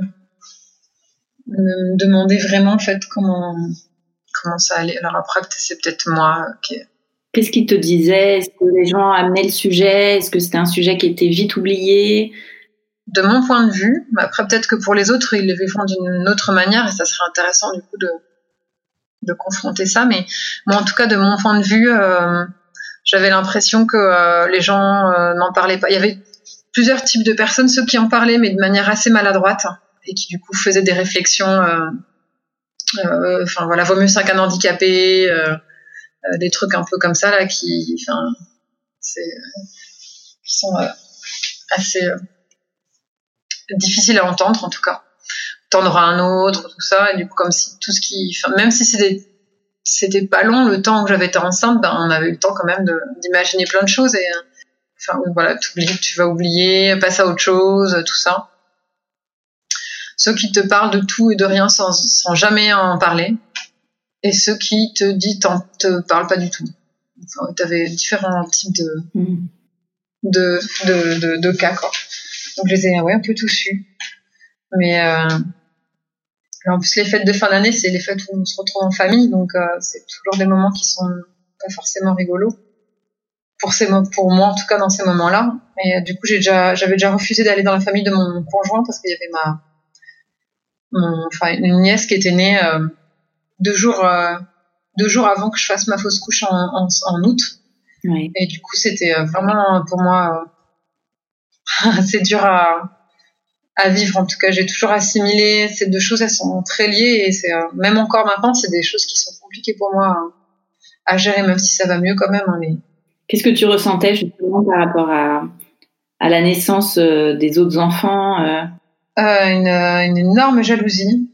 ne me demandait vraiment en fait comment comment ça allait. Alors après, c'est peut-être moi qui Qu'est-ce qu'ils te disaient ? Est-ce que les gens amenaient le sujet ? Est-ce que c'était un sujet qui était vite oublié ? De mon point de vue, après peut-être que pour les autres, ils le font d'une autre manière et ça serait intéressant du coup de, de confronter ça. Mais moi, en tout cas, de mon point de vue, euh, j'avais l'impression que euh, les gens euh, n'en parlaient pas. Il y avait plusieurs types de personnes, ceux qui en parlaient, mais de manière assez maladroite et qui du coup faisaient des réflexions. Enfin euh, euh, voilà, vaut mieux ça qu'un handicapé. Euh, Euh, des trucs un peu comme ça là qui enfin c'est euh, qui sont euh, assez euh, difficiles à entendre en tout cas. T'en auras un autre, tout ça, et du coup comme si tout ce qui enfin même si c'était c'était pas long le temps que j'avais été enceinte, ben on avait eu le temps quand même de d'imaginer plein de choses et enfin voilà, t'oublies, tu vas oublier, passe à autre chose, tout ça. Ceux qui te parlent de tout et de rien sans sans jamais en parler. Et ceux qui te disent, t'en te parlent pas du tout. Enfin, t'avais différents types de, mmh. de, de, de, de cas, quoi. Donc, je les ai, ouais, un peu tous eus. Mais, euh, en plus, les fêtes de fin d'année, c'est les fêtes où on se retrouve en famille, donc, euh, c'est toujours des moments qui sont pas forcément rigolos. Pour ces, pour moi, en tout cas, dans ces moments-là. Et, euh, du coup, j'ai déjà, j'avais déjà refusé d'aller dans la famille de mon conjoint parce qu'il y avait ma, mon, enfin, une nièce qui était née, euh, deux jours, euh, deux jours avant que je fasse ma fausse couche en, en, en août. Oui. Et du coup, c'était vraiment, pour moi, euh, assez dur à, à vivre. En tout cas, j'ai toujours assimilé ces deux choses, elles sont très liées et c'est, euh, même encore maintenant, c'est des choses qui sont compliquées pour moi à, à gérer, même si ça va mieux quand même, hein, mais... Qu'est-ce que tu ressentais justement par rapport à, à la naissance euh, des autres enfants euh... Euh, une, une énorme jalousie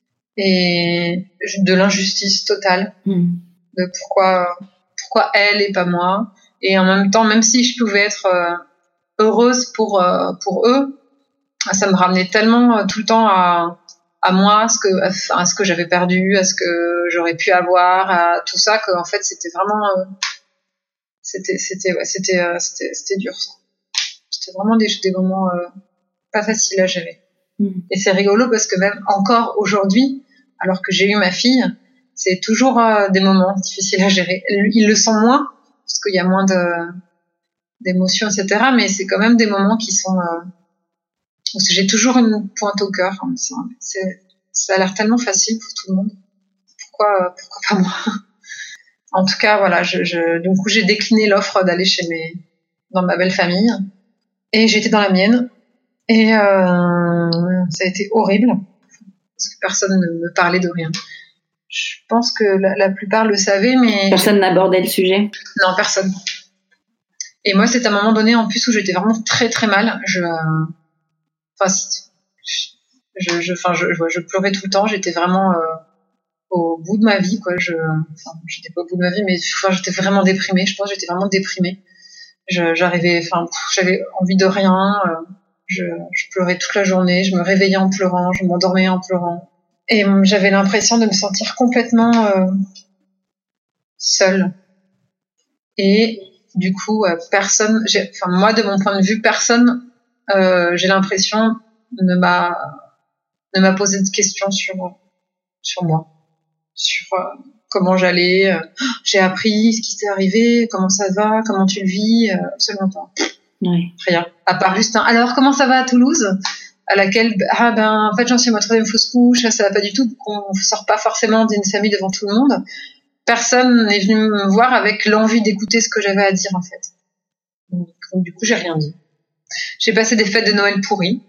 et de l'injustice totale. Mmh. De pourquoi, pourquoi elle et pas moi. Et en même temps, même si je pouvais être euh, heureuse pour, euh, pour eux, ça me ramenait tellement euh, tout le temps à, à moi, à ce que, à, à ce que j'avais perdu, à ce que j'aurais pu avoir, à tout ça, qu'en fait, c'était vraiment... Euh, c'était, c'était, ouais, c'était, euh, c'était, c'était dur, ça. C'était vraiment des, des moments euh, pas faciles à gérer. Mmh. Et c'est rigolo parce que même encore aujourd'hui, alors que j'ai eu ma fille, c'est toujours euh, des moments difficiles à gérer. Ils le sont moins, parce qu'il y a moins de, d'émotions, et cetera. Mais c'est quand même des moments qui sont... Euh, parce que j'ai toujours une pointe au cœur. Hein, c'est, ça a l'air tellement facile pour tout le monde. Pourquoi, pourquoi pas moi? En tout cas, voilà, je, je, du coup, j'ai décliné l'offre d'aller chez mes, dans ma belle famille. Et j'étais dans la mienne. Et euh, ça a été horrible. Parce que personne ne me parlait de rien. Je pense que la, la plupart le savaient, mais... Personne n'abordait le sujet? Non, personne. Et moi, c'est à un moment donné, en plus, où j'étais vraiment très, très mal. Je... Enfin, je, je, enfin, je, je, je pleurais tout le temps. J'étais vraiment... Euh, au bout de ma vie, quoi. Je, enfin, j'étais pas au bout de ma vie, mais enfin, j'étais vraiment déprimée. Je pense que j'étais vraiment déprimée. Je, j'arrivais, enfin, j'avais envie de rien. Euh, je, je pleurais toute la journée. Je me réveillais en pleurant. Je m'endormais en pleurant. Et euh, j'avais l'impression de me sentir complètement euh, seule. Et du coup, euh, personne, j'ai, enfin, moi, de mon point de vue, personne, euh, j'ai l'impression, ne m'a, ne m'a posé de questions sur, sur moi. Sur euh, comment j'allais, euh, j'ai appris ce qui s'est arrivé, comment ça va, comment tu le vis, euh, absolument pas. Oui. Rien. À part juste un, alors comment ça va à Toulouse, à laquelle, ah ben, en fait, j'en suis à ma troisième fausse couche, ça va pas du tout, qu'on sort pas forcément d'une famille devant tout le monde. Personne n'est venu me voir avec l'envie d'écouter ce que j'avais à dire, en fait. Donc, du coup, j'ai rien dit. J'ai passé des fêtes de Noël pourries.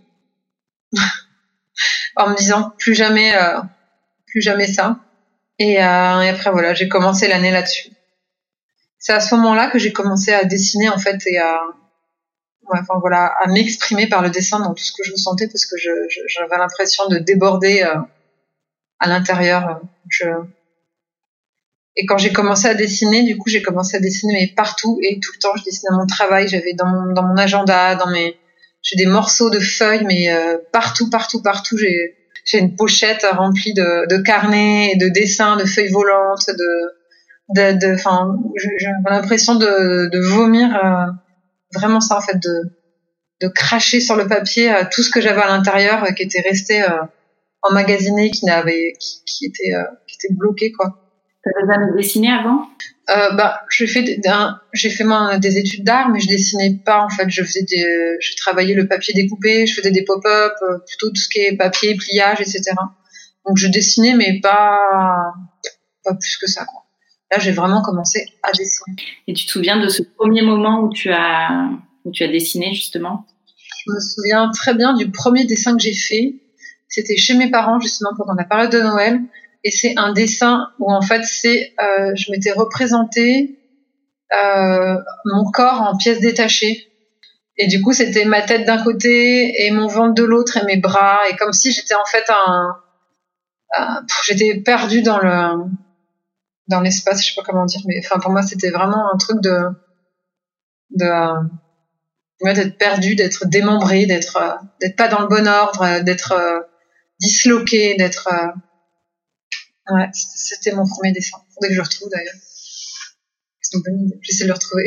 En me disant, plus jamais, euh, plus jamais ça. Et, euh, et après, voilà, j'ai commencé l'année là-dessus. C'est à ce moment-là que j'ai commencé à dessiner, en fait, et à, ouais, enfin, voilà, à m'exprimer par le dessin dans tout ce que je ressentais, parce que je, je, j'avais l'impression de déborder euh, à l'intérieur. Je... Et quand j'ai commencé à dessiner, du coup, j'ai commencé à dessiner mais partout et tout le temps. Je dessinais mon travail, j'avais dans mon, dans mon agenda, dans mes, j'ai des morceaux de feuilles, mais euh, partout, partout, partout, j'ai... J'ai une pochette remplie de, de carnets, de dessins, de feuilles volantes, de, de, enfin, j'ai l'impression de, de vomir euh, vraiment ça en fait, de, de cracher sur le papier euh, tout ce que j'avais à l'intérieur, euh, qui était resté euh, emmagasiné, qui n'avait, qui, qui était, euh, qui était bloqué quoi. T'avais jamais dessiné avant? Euh, bah, j'ai fait, des, un, j'ai fait moi des études d'art, mais je dessinais pas en fait. Je faisais des, je travaillais le papier découpé, je faisais des pop-up, euh, plutôt tout ce qui est papier, pliage, et cetera. Donc je dessinais, mais pas, pas plus que ça quoi. Là, j'ai vraiment commencé à dessiner. Et tu te souviens de ce premier moment où tu as, où tu as dessiné justement? Je me souviens très bien du premier dessin que j'ai fait. C'était chez mes parents justement pendant la période de Noël. Et c'est un dessin où en fait c'est, euh, je m'étais représentée euh, mon corps en pièces détachées. Et du coup c'était ma tête d'un côté et mon ventre de l'autre et mes bras. Et comme si j'étais en fait un, un j'étais perdue dans le dans l'espace, je sais pas comment dire, mais enfin pour moi c'était vraiment un truc de de euh, d'être perdue, d'être démembrée, d'être euh, d'être pas dans le bon ordre, d'être euh, disloquée, d'être euh, ouais, c'était mon premier dessin. Faudrait que je retrouve d'ailleurs. c'est une bonne idée. J'essaie de le retrouver.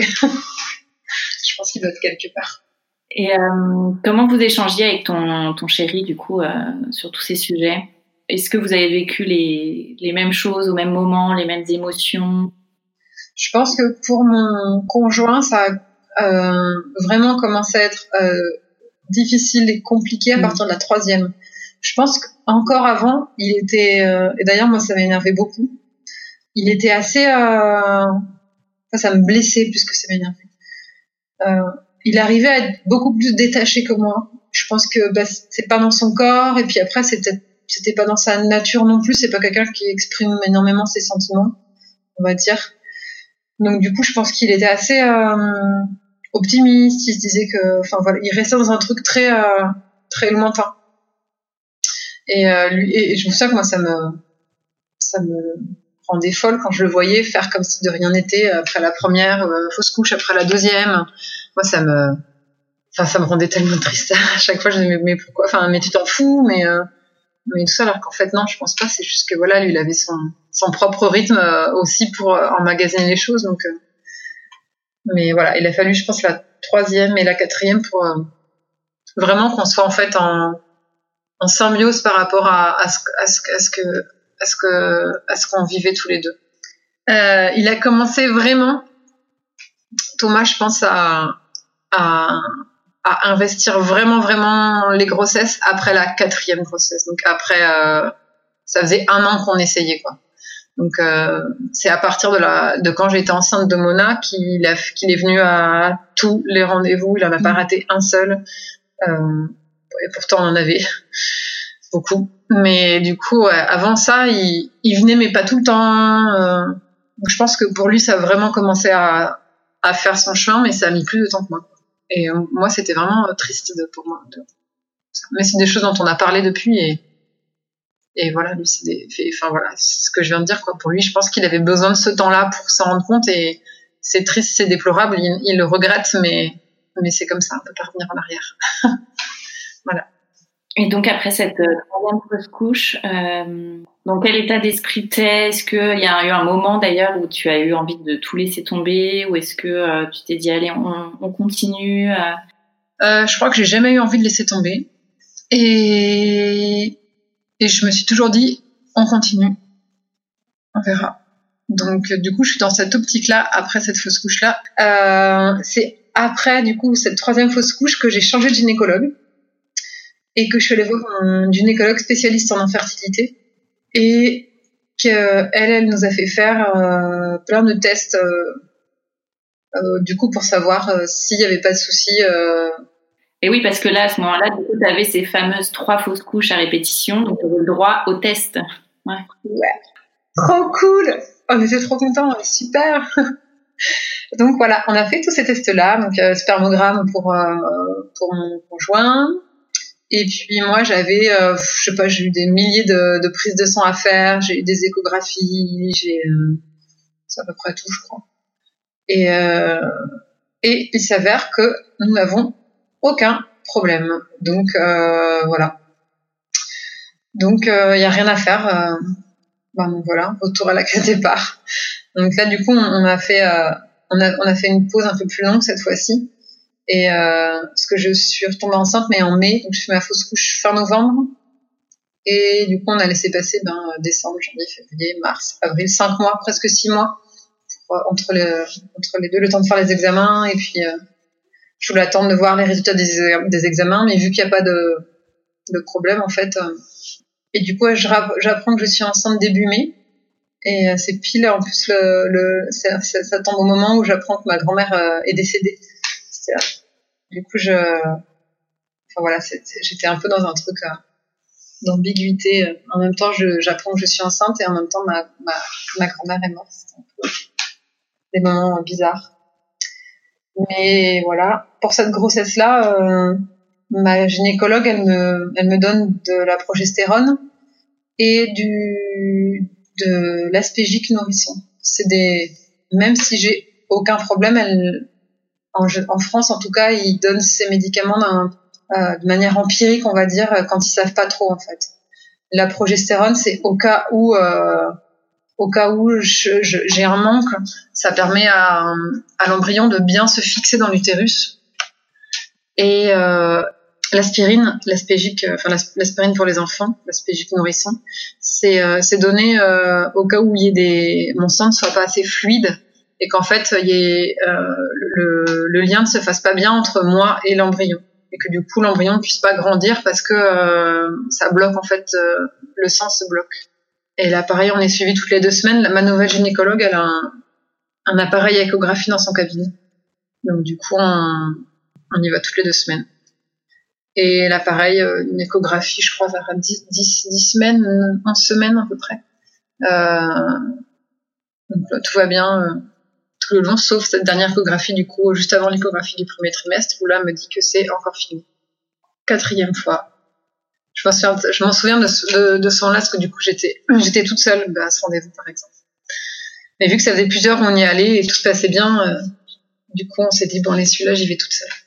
Je pense qu'il doit être quelque part. Et euh, comment vous échangiez avec ton, ton chéri, du coup, euh, sur tous ces sujets? Est-ce que vous avez vécu les, les mêmes choses au même moment, les mêmes émotions? Je pense que pour mon conjoint, ça a euh, vraiment commencé à être euh, difficile et compliqué à partir de la troisième. Je pense qu'encore avant, il était... Euh, et d'ailleurs, moi, ça m'énervait beaucoup. Il était assez... Euh, enfin, ça me blessait plus que ça m'énervait. Euh, il arrivait à être beaucoup plus détaché que moi. Je pense que bah, c'est pas dans son corps. Et puis après, c'est peut-être, c'était pas dans sa nature non plus. C'est pas quelqu'un qui exprime énormément ses sentiments, on va dire. Donc du coup, je pense qu'il était assez euh, optimiste. Il se disait que... Enfin voilà, il restait dans un truc très, euh, très lointain. Et, euh, lui, et je me souviens que moi, ça me, ça me rendait folle quand je le voyais faire comme si de rien n'était après la première euh, fausse couche, après la deuxième. Moi, ça me, enfin, ça me rendait tellement triste. À chaque fois, je me disais, mais pourquoi? Enfin, mais tu t'en fous, mais, euh, mais tout ça, alors qu'en fait, non, je pense pas. C'est juste que voilà, lui, il avait son, son propre rythme euh, aussi pour euh, emmagasiner les choses. Donc, euh, mais voilà, il a fallu, je pense, la troisième et la quatrième pour euh, vraiment qu'on soit en fait en en symbiose par rapport à, à, ce, à, ce, à, ce que, à, ce que, à ce qu'on vivait tous les deux. Euh, il a commencé vraiment, Thomas, je pense, à, à, à investir vraiment, vraiment les grossesses après la quatrième grossesse. Donc après, euh, ça faisait un an qu'on essayait, quoi. Donc euh, c'est à partir de, la, de quand j'étais enceinte de Mona qu'il, a, qu'il est venu à tous les rendez-vous. Il en a pas raté un seul. Euh, Et pourtant, on en avait beaucoup. Mais du coup, ouais, avant ça, il, il venait, mais pas tout le temps. Euh, donc je pense que pour lui, ça a vraiment commencé à, à faire son chemin, mais ça a mis plus de temps que moi. Et euh, moi, c'était vraiment triste de, pour moi. De, mais c'est des choses dont on a parlé depuis. Et, et voilà, lui, c'est des, enfin voilà, c'est ce que je viens de dire, quoi. Pour lui, je pense qu'il avait besoin de ce temps-là pour s'en rendre compte. Et c'est triste, c'est déplorable. Il, il le regrette, mais, mais c'est comme ça. On peut pas revenir en arrière. Voilà. Et donc après cette euh, troisième fausse couche, euh, dans quel état d'esprit t'es? Est-ce qu'il y a eu un moment d'ailleurs où tu as eu envie de tout laisser tomber, ou est-ce que euh, tu t'es dit allez on, on continue euh... Euh, je crois que j'ai jamais eu envie de laisser tomber, et et je me suis toujours dit on continue, on verra. Donc du coup je suis dans cette optique-là après cette fausse couche-là. Euh, c'est après du coup cette troisième fausse couche que j'ai changé de gynécologue. Et que je suis allée voir un gynécologue spécialiste en infertilité, et qu'elle, elle nous a fait faire euh, plein de tests, euh, euh, du coup pour savoir euh, s'il y avait pas de soucis. Euh... Et oui, parce que là, à ce moment-là, du coup, tu avais ces fameuses trois fausses couches à répétition, donc tu avais le droit au test. Ouais. Ouais. Trop cool. On était trop contents, super. Donc voilà, on a fait tous ces tests-là, donc euh, spermogramme pour euh, pour mon conjoint. Et puis moi j'avais, euh, je sais pas, j'ai eu des milliers de, de prises de sang à faire, j'ai eu des échographies, j'ai, euh, c'est à peu près tout, je crois. Et euh, et il s'avère que nous n'avons aucun problème. Donc euh, voilà. Donc il euh, y a rien à faire. Euh, ben voilà, retour à la case départ. Donc là du coup on, on a fait, euh, on a on a fait une pause un peu plus longue cette fois-ci. Et euh, parce que je suis retombée enceinte mais en mai, donc je fais ma fausse couche fin novembre, et du coup on a laissé passer ben décembre, janvier, février, mars, avril, cinq mois, presque six mois pour, entre les entre les deux, le temps de faire les examens, et puis euh, je voulais attendre de voir les résultats des, des examens, mais vu qu'il n'y a pas de de problème en fait, euh, et du coup je, j'apprends que je suis enceinte début mai, et euh, c'est pile en plus le, le ça, ça, ça tombe au moment où j'apprends que ma grand-mère euh, est décédée. Du coup, je, enfin voilà, c'est, c'est, j'étais un peu dans un truc euh, d'ambiguïté. En même temps, je, j'apprends que je suis enceinte, et en même temps, ma, ma, ma grand-mère est morte. C'était un peu des moments bizarres. Mais voilà, pour cette grossesse-là, euh, ma gynécologue, elle me, elle me donne de la progestérone et du, de l'aspégique nourrisson. C'est des, même si j'ai aucun problème, elle, En, en France, en tout cas, ils donnent ces médicaments d'un, euh, de manière empirique, on va dire, quand ils savent pas trop, en fait. La progestérone, c'est au cas où, euh, au cas où je, je, j'ai un manque, ça permet à, à l'embryon de bien se fixer dans l'utérus. Et euh, l'aspirine, l'aspégique, enfin l'aspirine pour les enfants, l'aspégique nourrisson, c'est, euh, c'est donné euh, au cas où il y ait des, mon sang ne soit pas assez fluide et qu'en fait il y ait, euh, le, le lien ne se fasse pas bien entre moi et l'embryon et que du coup l'embryon ne puisse pas grandir parce que euh, ça bloque en fait, euh, le sang se bloque. Et là pareil, on est suivi toutes les deux semaines. Ma nouvelle gynécologue, elle a un, un appareil à échographie dans son cabinet, donc du coup on, on y va toutes les deux semaines. Et là, pareil, une échographie, je crois, vers dix, dix, dix semaines, onze semaines à peu près. Euh, donc là, tout va bien euh, tout le long, sauf cette dernière échographie, du coup, juste avant l'échographie du premier trimestre, où là, on me dit que c'est encore fini. Quatrième fois. Je m'en souviens, je m'en souviens de, de, de ce moment-là, parce que du coup, j'étais, j'étais toute seule bah, à ce rendez-vous, par exemple. Mais vu que ça faisait plusieurs, on y allait et tout se passait bien, euh, du coup, on s'est dit, bon, allez, celui-là, j'y vais toute seule.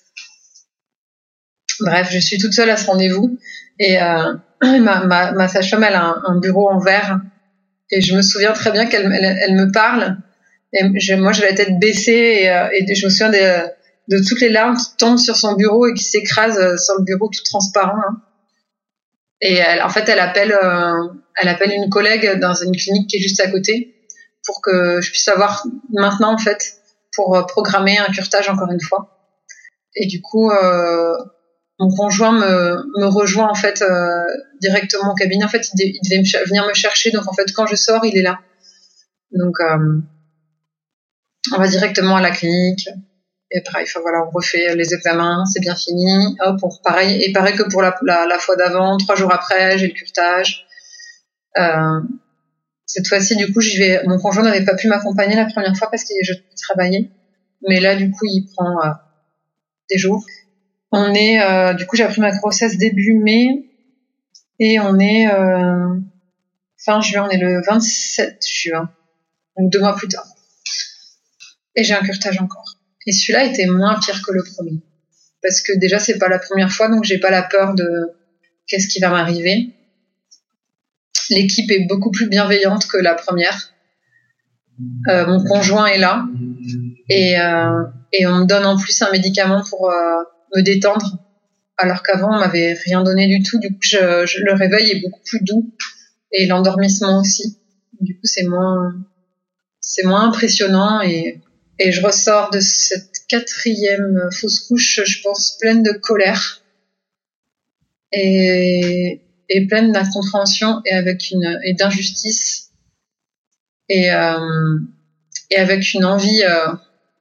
Bref, je suis toute seule à ce rendez-vous et euh, ma, ma, ma sage-femme, elle a un, un bureau en verre et je me souviens très bien qu'elle elle, elle me parle et je, moi j'ai la tête baissée et, euh, et je me souviens de, de toutes les larmes qui tombent sur son bureau et qui s'écrasent sur le bureau tout transparent. Hein. Et elle, en fait, elle appelle, euh, elle appelle une collègue dans une clinique qui est juste à côté pour que je puisse avoir maintenant en fait pour programmer un curetage encore une fois. Et du coup. Euh, Mon conjoint me, me rejoint en fait euh, directement au cabinet. En fait, il, de, il devait me, venir me chercher. Donc en fait, quand je sors, il est là. Donc euh, on va directement à la clinique. Et pareil, enfin, voilà, on refait les examens, c'est bien fini. Hop, on pareil et pareil que pour la, la, la fois d'avant. Trois jours après, j'ai le curetage. Euh, cette fois-ci, du coup, j'y vais. Mon conjoint n'avait pas pu m'accompagner la première fois parce qu'il je travaillais. Mais là, du coup, il prend euh, des jours. On est, euh, du coup, j'ai appris ma grossesse début mai et on est euh, fin juin, on est le vingt-sept juin, donc deux mois plus tard. Et j'ai un curetage encore. Et celui-là était moins pire que le premier, parce que déjà c'est pas la première fois, donc j'ai pas la peur de qu'est-ce qui va m'arriver. L'équipe est beaucoup plus bienveillante que la première. Euh, mon conjoint est là et euh, et on me donne en plus un médicament pour euh, me détendre. Alors qu'avant, on m'avait rien donné du tout. Du coup, je, je, le réveil est beaucoup plus doux et l'endormissement aussi. Du coup, c'est moins, c'est moins impressionnant et, et je ressors de cette quatrième fausse couche, je pense, pleine de colère et, et pleine d'incompréhension et avec une, et d'injustice et, euh, et avec une envie euh,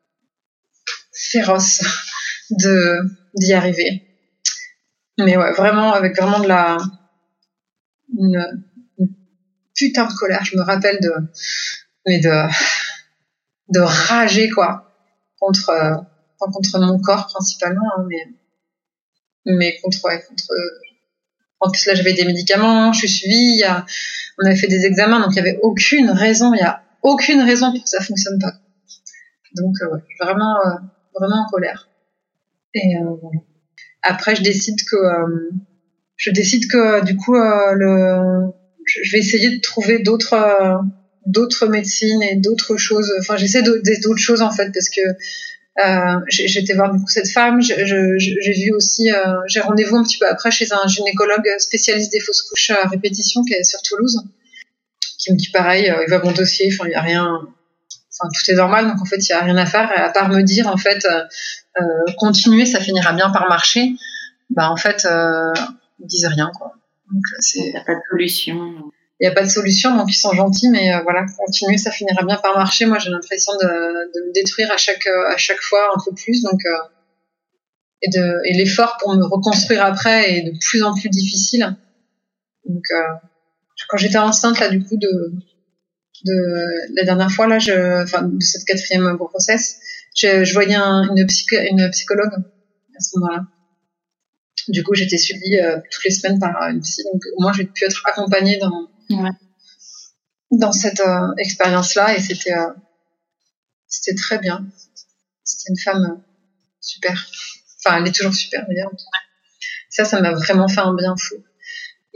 féroce de, d'y arriver. Mais ouais, vraiment, avec vraiment de la, une, une putain de colère. Je me rappelle de, mais de, de rager, quoi, contre, euh, contre mon corps, principalement, hein, mais, mais contre, ouais, contre, en plus, là, j'avais des médicaments, je suis suivie, il y a, on avait fait des examens, donc il y avait aucune raison, il y a aucune raison pour que ça fonctionne pas. Donc, euh, ouais, vraiment, euh, vraiment en colère. Et, euh, voilà. Après, je décide que, euh, je décide que, du coup, euh, le, je vais essayer de trouver d'autres, euh, d'autres médecines et d'autres choses. Enfin, j'essaie d'autres, d'autres choses, en fait, parce que, euh, j'ai été voir, du coup, cette femme. Je, je, j'ai vu aussi, euh, j'ai rendez-vous un petit peu après chez un gynécologue spécialiste des fausses couches à répétition qui est sur Toulouse, qui me dit pareil, euh, il voit mon dossier, enfin, il y a rien, enfin, tout est normal, donc en fait, il y a rien à faire, à part me dire, en fait, euh, euh, continuer, ça finira bien par marcher. Bah, en fait, euh, ils disent rien, quoi. Donc, c'est... Il n'y a pas de solution. Il n'y a pas de solution, donc ils sont gentils, mais euh, voilà, continuer, ça finira bien par marcher. Moi, j'ai l'impression de, de me détruire à chaque, à chaque fois un peu plus, donc, euh, et, de, et l'effort pour me reconstruire après est de plus en plus difficile. Donc, euh, quand j'étais enceinte, là, du coup, de, de la dernière fois, là, je, enfin, de cette quatrième grossesse, je, je voyais un, une, psycho, une psychologue à ce moment-là. Du coup, j'étais suivie euh, toutes les semaines par une psy, donc au moins j'ai pu être accompagnée dans, ouais. dans cette euh, expérience-là, et c'était, euh, c'était très bien. C'était une femme euh, super. Enfin, elle est toujours super, d'ailleurs. Ça, ça m'a vraiment fait un bien fou.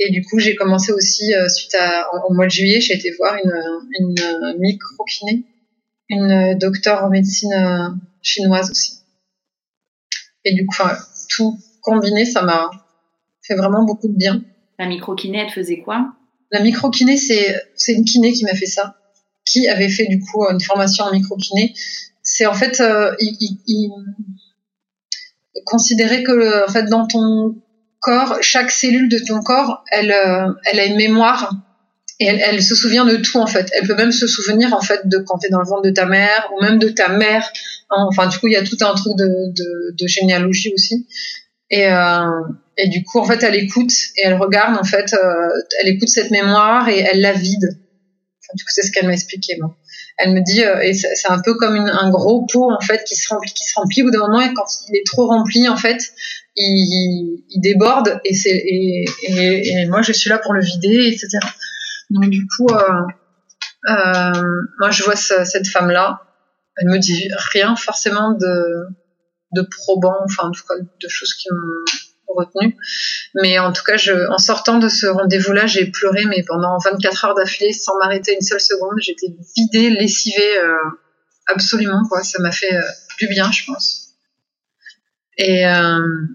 Et du coup, j'ai commencé aussi, euh, suite à, au mois de juillet, j'ai été voir une, une micro-kiné, une docteure en médecine euh, chinoise aussi. Et du coup, enfin, tout combiné, ça m'a fait vraiment beaucoup de bien. La micro-kiné, elle faisait quoi? La micro-kiné, c'est, c'est une kiné qui m'a fait ça, qui avait fait du coup une formation en micro-kiné. C'est en fait, euh, il, il, il considérait que en fait, dans ton corps, chaque cellule de ton corps, elle, euh, elle a une mémoire et elle, elle se souvient de tout en fait. Elle peut même se souvenir en fait de quand t'es dans le ventre de ta mère ou même de ta mère. Enfin, du coup, il y a tout un truc de, de, de généalogie aussi. Et, euh, et du coup, en fait, elle écoute et elle regarde, en fait, euh, elle écoute cette mémoire et elle la vide. Enfin, du coup, c'est ce qu'elle m'a expliqué, moi. Elle me dit, euh, et c'est, c'est un peu comme une, un gros pot, en fait, qui se remplit, qui se remplit au bout d'un moment, et quand il est trop rempli, en fait, il, il, il déborde, et c'est, et, et, et moi, je suis là pour le vider, et cetera. Donc, du coup, euh, euh, moi, je vois ce, cette femme-là, elle me dit rien forcément de, de probant, enfin en tout cas de choses qui m'ont retenu. Mais en tout cas, je, en sortant de ce rendez-vous-là, j'ai pleuré, mais pendant vingt-quatre heures d'affilée, sans m'arrêter une seule seconde. J'étais vidée, lessivée, euh, absolument, quoi. Ça m'a fait euh, du bien, je pense. Et, euh,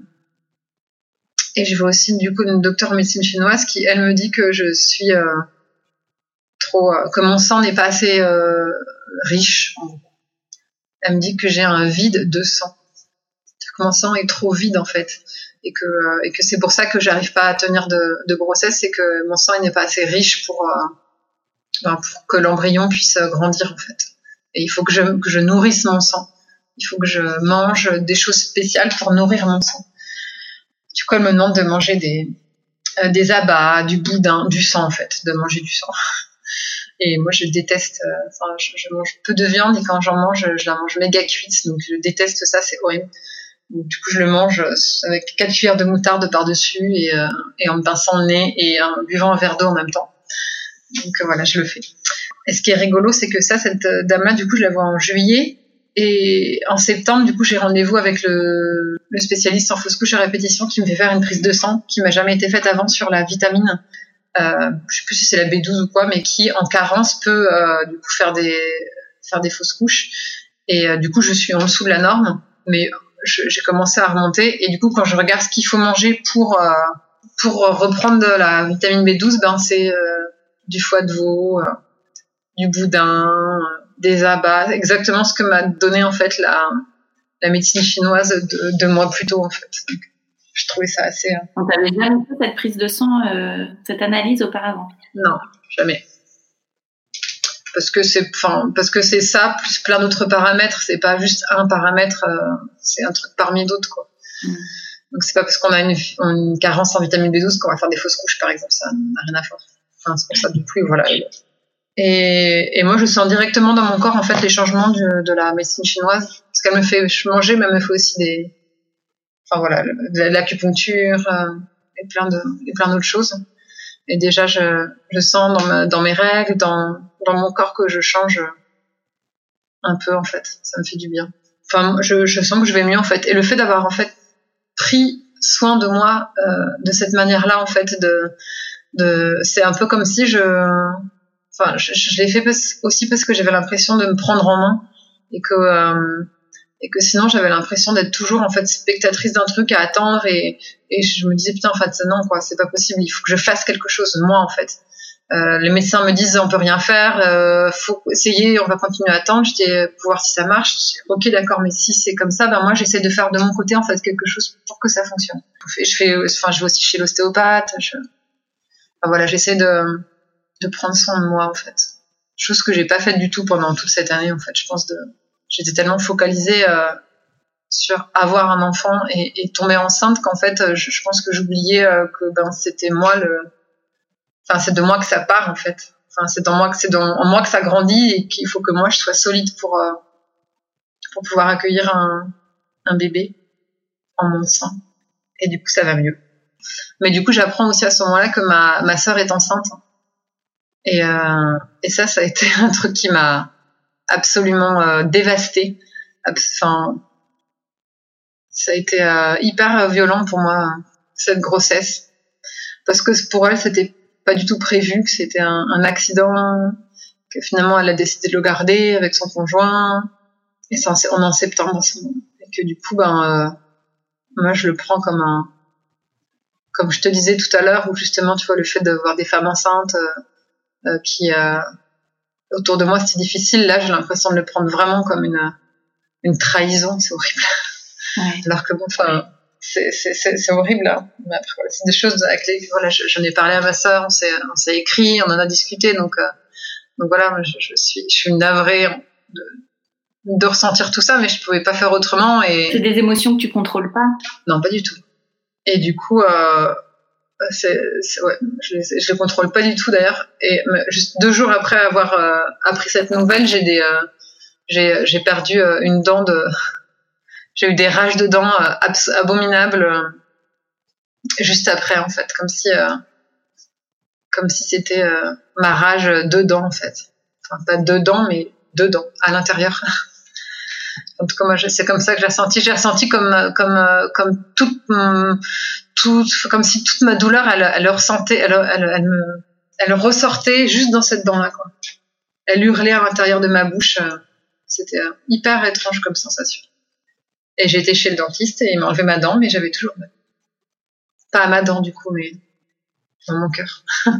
et je vois aussi, du coup, une docteure en médecine chinoise qui, elle, me dit que je suis euh, trop... Euh, que mon sang n'est pas assez euh, riche. Elle me dit que j'ai un vide de sang. Que mon sang est trop vide, en fait. Et que, euh, et que c'est pour ça que j'arrive pas à tenir de, de grossesse, c'est que mon sang il n'est pas assez riche pour, euh, ben, pour que l'embryon puisse grandir, en fait. Et il faut que je, que je nourrisse mon sang. Il faut que je mange des choses spéciales pour nourrir mon sang. Du coup, elle me demande de manger des, euh, des abats, du boudin, du sang, en fait, de manger du sang. Et moi, je déteste, enfin, euh, je, je mange peu de viande et quand j'en mange, je la mange méga cuite, donc je déteste ça, c'est horrible. Du coup, je le mange avec quatre cuillères de moutarde par-dessus et, euh, et en me pinçant le nez et en buvant un verre d'eau en même temps. Donc euh, voilà, je le fais. Et ce qui est rigolo, c'est que ça, cette dame-là, du coup, je la vois en juillet. Et en septembre, du coup, j'ai rendez-vous avec le, le spécialiste en fausse couche à répétition qui me fait faire une prise de sang qui m'a jamais été faite avant sur la vitamine. Euh, je sais plus si c'est la B douze ou quoi, mais qui, en carence, peut euh, du coup faire des, faire des fausses couches. Et euh, du coup, je suis en dessous de la norme. Mais j'ai commencé à remonter et du coup quand je regarde ce qu'il faut manger pour euh, pour reprendre de la vitamine B douze, ben c'est euh, du foie de veau, euh, du boudin, euh, des abats, exactement ce que m'a donné en fait la la médecine chinoise de, deux mois plus tôt en fait. Donc, je trouvais ça assez. Euh... On t'avait jamais fait cette prise de sang, euh, cette analyse auparavant? Non, jamais. Parce que c'est, enfin, parce que c'est ça plus plein d'autres paramètres. C'est pas juste un paramètre, euh, c'est un truc parmi d'autres, quoi. Mmh. Donc c'est pas parce qu'on a une, une carence en vitamine B douze qu'on va faire des fausses couches, par exemple. Ça n'a rien à voir. Enfin, c'est pour ça du coup, voilà. Et, et moi, je sens directement dans mon corps en fait les changements du, de la médecine chinoise, parce qu'elle me fait manger, mais elle me fait aussi des, enfin voilà, de l'acupuncture euh, et plein de, et plein d'autres choses. Et déjà, je, je sens dans, ma, dans mes règles, dans, dans mon corps que je change un peu, en fait. Ça me fait du bien. Enfin, je, je sens que je vais mieux, en fait. Et le fait d'avoir, en fait, pris soin de moi euh, de cette manière-là, en fait, de, de, c'est un peu comme si je... Enfin, je, je l'ai fait parce, aussi parce que j'avais l'impression de me prendre en main et que... Euh, et que sinon j'avais l'impression d'être toujours en fait spectatrice d'un truc à attendre et et je me disais putain en fait non quoi, c'est pas possible, il faut que je fasse quelque chose moi en fait. Euh, les médecins me disent on peut rien faire, euh, faut essayer, on va continuer à attendre. Je dis pour voir si ça marche. Je dis, ok d'accord, mais si c'est comme ça, ben moi j'essaie de faire de mon côté en fait quelque chose pour que ça fonctionne. Je fais, enfin je vais aussi chez l'ostéopathe. Je, enfin, voilà, j'essaie de de prendre soin de moi en fait. Chose que j'ai pas faite du tout pendant toute cette année en fait. Je pense de J'étais tellement focalisée euh, sur avoir un enfant et, et tomber enceinte qu'en fait, je, je pense que j'oubliais euh, que ben c'était moi le, enfin c'est de moi que ça part en fait. Enfin c'est dans moi que c'est dans en moi que ça grandit et qu'il faut que moi je sois solide pour euh, pour pouvoir accueillir un un bébé en mon sein. Et du coup ça va mieux. Mais du coup j'apprends aussi à ce moment-là que ma ma sœur est enceinte. Et euh, et ça ça a été un truc qui m'a absolument euh, dévastée. Enfin, ça a été euh, hyper violent pour moi cette grossesse, parce que pour elle, c'était pas du tout prévu, que c'était un, un accident, que finalement, elle a décidé de le garder avec son conjoint. Et c'est en, on est en septembre ensemble. Et que du coup, ben, euh, moi, je le prends comme un, comme je te disais tout à l'heure, où justement, tu vois, le fait de voir des femmes enceintes euh, euh, qui, euh, autour de moi, c'était difficile. Là, j'ai l'impression de le prendre vraiment comme une, une trahison. C'est horrible. Ouais. Alors que bon, enfin, c'est, c'est, c'est, c'est horrible. Hein. Mais après, voilà, c'est des choses avec les, voilà, je, j'en ai parlé à ma sœur, on s'est, on s'est écrit, on en a discuté. Donc, euh, donc voilà, je, je suis, je suis navrée de, de ressentir tout ça, mais je pouvais pas faire autrement. Et c'est des émotions que tu contrôles pas? Non, pas du tout. Et du coup, euh, c'est, c'est ouais, je, je les contrôle pas du tout d'ailleurs. Et juste deux jours après avoir euh, appris cette nouvelle, j'ai des, euh, j'ai, j'ai perdu euh, une dent de, j'ai eu des rages de dents euh, abs- abominables euh, juste après en fait, comme si, euh, comme si c'était euh, ma rage de dents en fait. Enfin, pas deux dents, mais deux dents à l'intérieur. En tout cas, moi, c'est comme ça que j'ai ressenti. J'ai ressenti comme, comme, comme toute, toute, comme si toute ma douleur, elle, elle ressentait, elle, elle, elle me, elle ressortait juste dans cette dent-là, quoi. Elle hurlait à l'intérieur de ma bouche. C'était hyper étrange comme sensation. Et j'ai été chez le dentiste et il m'a enlevé ma dent, mais j'avais toujours mal. Pas à ma dent, du coup, mais dans mon cœur.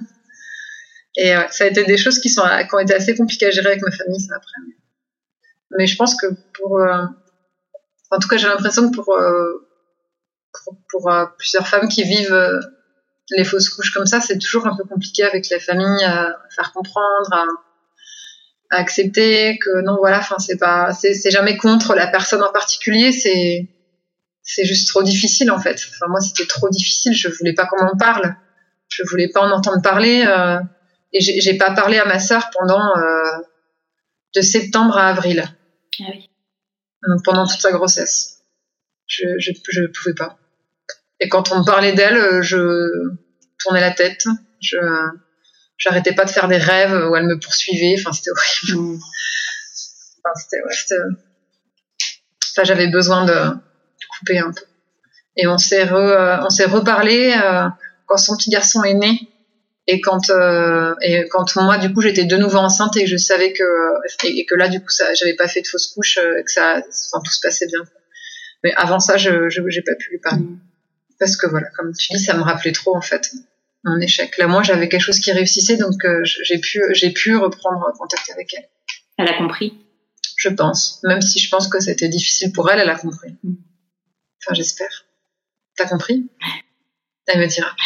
Et ouais, ça a été des choses qui sont, qui ont été assez compliquées à gérer avec ma famille, ça, après. Mais je pense que pour, euh, en tout cas, j'ai l'impression que pour, euh, pour, pour euh, plusieurs femmes qui vivent euh, les fausses couches comme ça, c'est toujours un peu compliqué avec la famille à faire comprendre, à, à accepter que non, voilà, enfin, c'est pas, c'est, c'est jamais contre la personne en particulier, c'est, c'est juste trop difficile en fait. Enfin, moi, c'était trop difficile. Je voulais pas qu'on m'en parle. Je voulais pas en entendre parler. Euh, et j'ai, j'ai pas parlé à ma sœur pendant euh, de septembre à avril. Ah oui. Donc pendant toute sa grossesse, je, je, je pouvais pas. Et quand on me parlait d'elle, je tournais la tête. Je, j'arrêtais pas de faire des rêves où elle me poursuivait. Enfin, c'était horrible. Mmh. Enfin, c'était, ouais, c'était... Enfin, j'avais besoin de, de couper un peu. Et on s'est, re, on s'est reparlé euh, quand son petit garçon est né. Et quand, euh, et quand moi, du coup, j'étais de nouveau enceinte et que je savais que, et, et que là, du coup, ça, j'avais pas fait de fausse couche, et que ça, enfin, tout se passait bien. Mais avant ça, je, je, j'ai pas pu lui parler. Mmh. Parce que voilà, comme tu dis, ça me rappelait trop, en fait, mon échec. Là, moi, j'avais quelque chose qui réussissait, donc euh, j'ai pu, j'ai pu reprendre contact avec elle. Elle a compris? Je pense. Même si je pense que c'était difficile pour elle, elle a compris. Mmh. Enfin, j'espère. T'as compris? Elle me dira.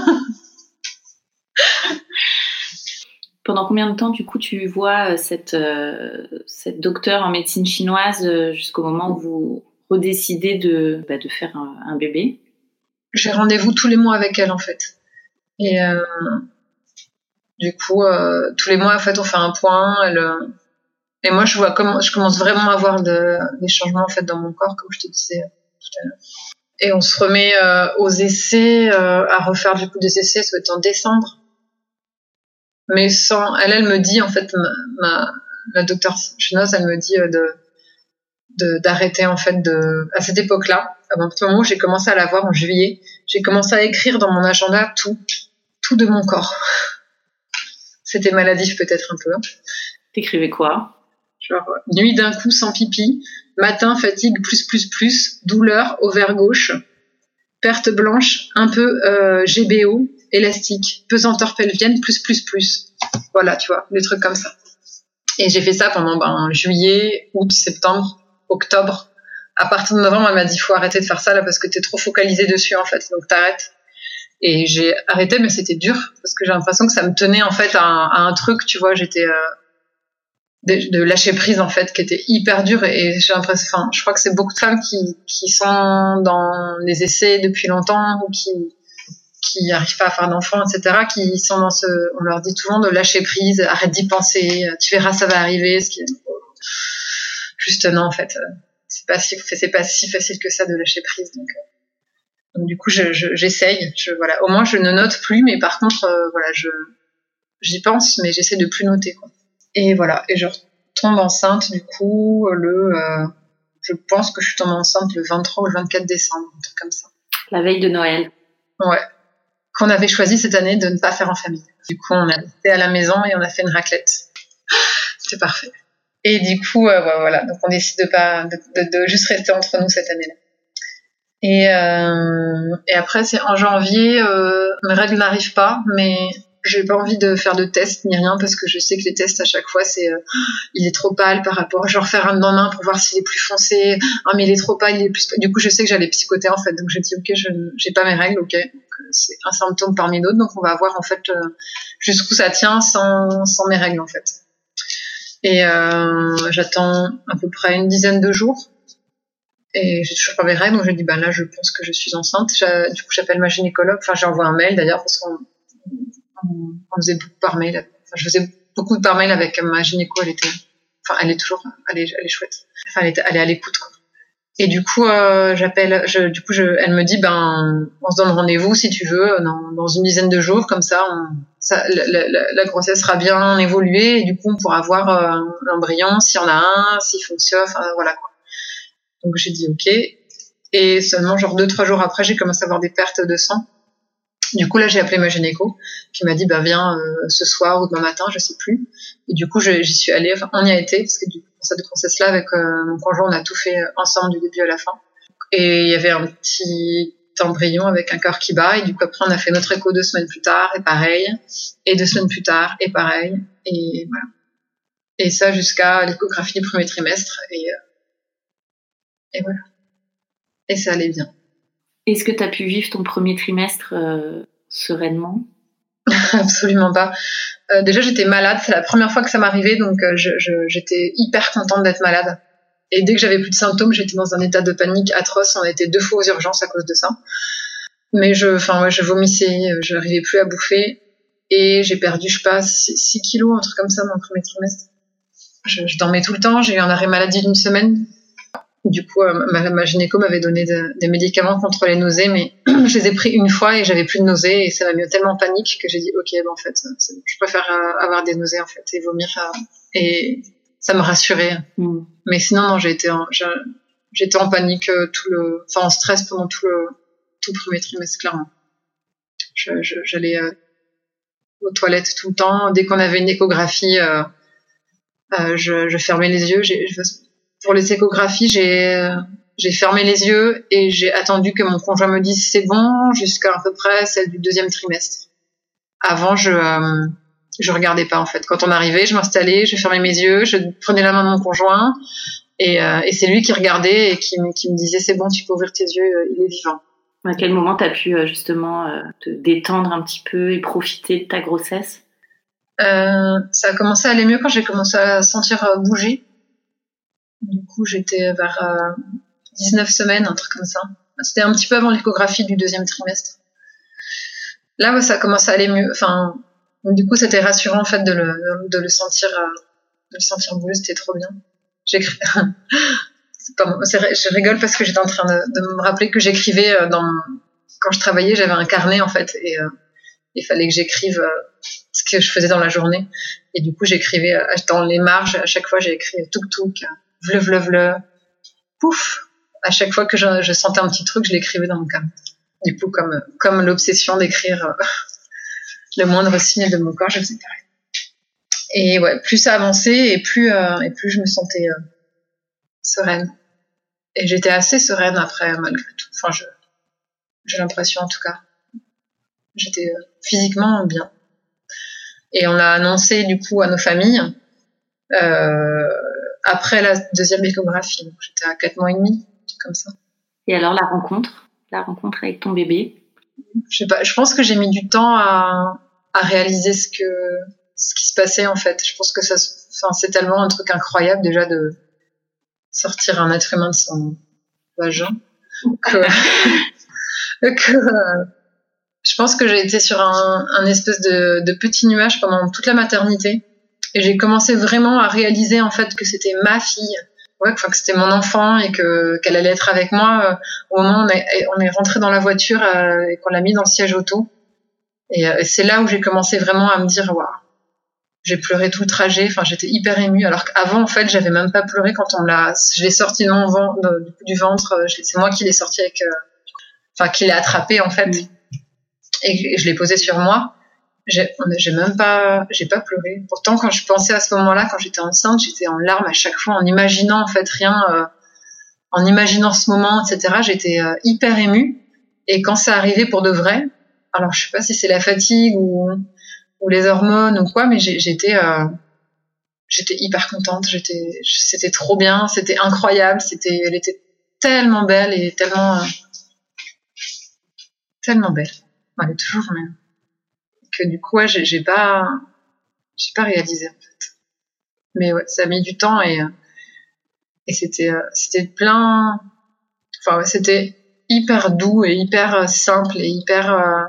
Pendant combien de temps, du coup, tu vois cette, euh, cette docteure en médecine chinoise euh, jusqu'au moment où vous redécidez de, bah, de faire un, un bébé? J'ai rendez-vous tous les mois avec elle, en fait. Et euh, du coup, euh, tous les mois, en fait, on fait un point. Elle, euh, et moi, je vois comment, je commence vraiment à voir de, des changements, en fait, dans mon corps, comme je te disais tout à l'heure. Et on se remet euh, aux essais, euh, à refaire du coup des essais, ça va être en décembre. Mais sans, elle, elle me dit, en fait, ma, ma la docteure chinoise, elle me dit euh, de, de, d'arrêter, en fait, de, à cette époque-là, à un moment où j'ai commencé à la voir en juillet, j'ai commencé à écrire dans mon agenda tout, tout de mon corps. C'était maladif, peut-être un peu. T'écrivais quoi? Genre, nuit d'un coup sans pipi, matin, fatigue, plus, plus, plus, douleur, ovaire gauche, perte blanche, un peu euh, G B O, élastique, pesanteur pelvienne, plus, plus, plus. Voilà, tu vois, des trucs comme ça. Et j'ai fait ça pendant ben, juillet, août, septembre, octobre. À partir de novembre, elle m'a dit, il faut arrêter de faire ça là parce que t'es trop focalisé dessus en fait, donc t'arrêtes. Et j'ai arrêté, mais c'était dur parce que j'ai l'impression que ça me tenait en fait à un, à un truc, tu vois, j'étais euh, de, de lâcher prise en fait, qui était hyper dur. Et j'ai l'impression, enfin, je crois que c'est beaucoup de femmes qui qui sont dans les essais depuis longtemps ou qui qui arrivent pas à faire d'enfants, et cetera, qui sont dans ce, on leur dit toujours de lâcher prise, arrête d'y penser, tu verras, ça va arriver, ce qui est juste non, en fait, c'est pas si, c'est pas si facile que ça de lâcher prise, donc, donc du coup, je, je, j'essaye, je, voilà, au moins je ne note plus, mais par contre, euh, voilà, je, j'y pense, mais j'essaie de plus noter, quoi. Et voilà, et je tombe enceinte, du coup, le, euh, je pense que je suis tombée enceinte le vingt-trois ou le vingt-quatre décembre, un truc comme ça. La veille de Noël. Ouais. qu'on avait choisi cette année de ne pas faire en famille. Du coup, on a resté à la maison et on a fait une raclette. C'était parfait. Et du coup, euh, voilà, donc on décide de pas, de, de, de juste rester entre nous cette année-là. Et, euh, et après, c'est en janvier, euh, mes règles n'arrivent pas, mais j'ai pas envie de faire de tests ni rien parce que je sais que les tests à chaque fois, c'est, euh, il est trop pâle par rapport, genre faire un lendemain pour voir s'il est plus foncé. Ah, mais il est trop pâle, il est plus. Du coup, je sais que j'allais psychoter en fait, donc j'ai dit ok, je j'ai pas mes règles, ok. Donc, c'est un symptôme parmi d'autres, donc on va voir en fait euh, jusqu'où ça tient sans sans mes règles en fait. Et euh, j'attends à peu près une dizaine de jours. Et j'ai toujours pas mes règles, donc je dis bah là je pense que je suis enceinte. J'ai, du coup j'appelle ma gynécologue, enfin j'envoie un mail d'ailleurs parce qu'on on, on faisait beaucoup par mail. Enfin je faisais beaucoup par mail avec ma gynéco, elle était, enfin elle est toujours, elle est, elle est chouette. Enfin elle est, elle est à l'écoute quoi. Et du coup euh, j'appelle, je, du coup je, elle me dit ben on se donne rendez-vous si tu veux dans, dans une dizaine de jours comme ça, on, ça la, la, la grossesse sera bien évoluée et du coup on pourra voir euh, l'embryon s'il y en a un, s'il fonctionne, enfin voilà quoi. Donc j'ai dit ok, et seulement genre deux trois jours après j'ai commencé à avoir des pertes de sang. Du coup là j'ai appelé ma gynéco qui m'a dit bah viens euh, ce soir ou demain matin, je sais plus. Et du coup je, j'y suis allée, enfin on y a été parce que du coup pour cette grossesse là avec euh, mon conjoint on a tout fait ensemble du début à la fin. Et il y avait un petit embryon avec un cœur qui bat et du coup après on a fait notre écho deux semaines plus tard et pareil, et deux semaines plus tard et pareil, et voilà. Et ça jusqu'à l'échographie du premier trimestre et euh, Et voilà. Et ça allait bien. Est-ce que tu as pu vivre ton premier trimestre euh, sereinement ? Absolument pas. Euh, déjà, j'étais malade. C'est la première fois que ça m'arrivait, donc euh, je, je, j'étais hyper contente d'être malade. Et dès que j'avais plus de symptômes, j'étais dans un état de panique atroce. On était deux fois aux urgences à cause de ça. Mais je, enfin, ouais, je vomissais, je n'arrivais plus à bouffer. Et j'ai perdu, je sais pas, six kilos, un truc comme ça, mon premier trimestre. Je, je dormais tout le temps. J'ai eu un arrêt maladie d'une semaine. Du coup, euh, ma, ma gynéco m'avait donné de, des médicaments contre les nausées, mais je les ai pris une fois et j'avais plus de nausées et ça m'a mis tellement en panique que j'ai dit ok, ben en fait, c'est, je préfère euh, avoir des nausées en fait et vomir euh, et ça me rassurait. Mm. Mais sinon non, j'ai été en, j'ai, j'étais en panique euh, tout le, enfin en stress pendant tout le tout le premier trimestre clairement. Je, je, j'allais euh, aux toilettes tout le temps. Dès qu'on avait une échographie, euh, euh, je, je fermais les yeux. J'ai, je, Pour les échographies, j'ai, euh, j'ai fermé les yeux et j'ai attendu que mon conjoint me dise c'est bon jusqu'à à peu près celle du deuxième trimestre. Avant, je euh, je regardais pas en fait. Quand on arrivait, je m'installais, je fermais mes yeux, je prenais la main de mon conjoint et, euh, et c'est lui qui regardait et qui, qui me disait c'est bon, tu peux ouvrir tes yeux, il est vivant. À quel moment tu as pu euh, justement euh, te détendre un petit peu et profiter de ta grossesse ? euh, Ça a commencé à aller mieux quand j'ai commencé à sentir euh, bouger. Du coup, j'étais vers euh, dix-neuf semaines, un truc comme ça. C'était un petit peu avant l'échographie du deuxième trimestre. Là, ouais, ça a commencé à aller mieux. Enfin, du coup, c'était rassurant en fait de le de le sentir, euh, de le sentir bouger. C'était trop bien. J'écris. c'est pas, c'est, je rigole parce que j'étais en train de, de me rappeler que j'écrivais euh, dans quand je travaillais, j'avais un carnet en fait et euh, il fallait que j'écrive euh, ce que je faisais dans la journée. Et du coup, j'écrivais euh, dans les marges. À chaque fois, j'ai écrit touk touk. Vle, vle, vle, pouf. À chaque fois que je, je sentais un petit truc, je l'écrivais dans mon carnet. Du coup, comme, comme l'obsession d'écrire euh, le moindre signe de mon corps, je faisais pareil. Et ouais, plus ça avançait et plus, euh, et plus je me sentais euh, sereine. Et j'étais assez sereine après, malgré tout. Enfin, je, j'ai l'impression en tout cas. J'étais euh, physiquement bien. Et on l'a annoncé du coup à nos familles. Euh, après la deuxième échographie, donc j'étais à quatre mois et demi, comme ça. Et alors la rencontre, la rencontre avec ton bébé ? Je sais pas, je pense que j'ai mis du temps à, à réaliser ce que ce qui se passait en fait. Je pense que ça, enfin c'est tellement un truc incroyable déjà de sortir un être humain de son vagin que, que euh, je pense que j'ai été sur un, un espèce de, de petit nuage pendant toute la maternité. Et j'ai commencé vraiment à réaliser en fait que c'était ma fille, ouais, enfin que c'était mon enfant et que qu'elle allait être avec moi euh, au moment où on est, on est rentré dans la voiture euh, et qu'on l'a mis dans le siège auto. Et euh, c'est là où j'ai commencé vraiment à me dire waouh, j'ai pleuré tout le trajet. Enfin, j'étais hyper émue. Alors qu'avant en fait, j'avais même pas pleuré quand on me l'a, je l'ai sorti de mon ventre, de, du ventre. C'est moi qui l'ai sorti avec, euh, enfin qui l'ai attrapé en fait. Mmh. et, et je l'ai posé sur moi. J'ai, j'ai même pas, j'ai pas pleuré. Pourtant, quand je pensais à ce moment-là, quand j'étais enceinte, j'étais en larmes à chaque fois, en imaginant en fait rien, euh, en imaginant ce moment, et cetera. J'étais euh, hyper émue. Et quand ça arrivait pour de vrai, alors je sais pas si c'est la fatigue ou, ou les hormones ou quoi, mais j'ai, j'étais, euh, j'étais hyper contente. J'étais, c'était trop bien, c'était incroyable, c'était, elle était tellement belle et tellement, euh, tellement belle. Elle est toujours même. Que du coup, ouais, j'ai, j'ai pas, j'ai pas réalisé en fait. Mais ouais, ça a mis du temps et et c'était c'était plein. Enfin, ouais, c'était hyper doux et hyper simple et hyper euh,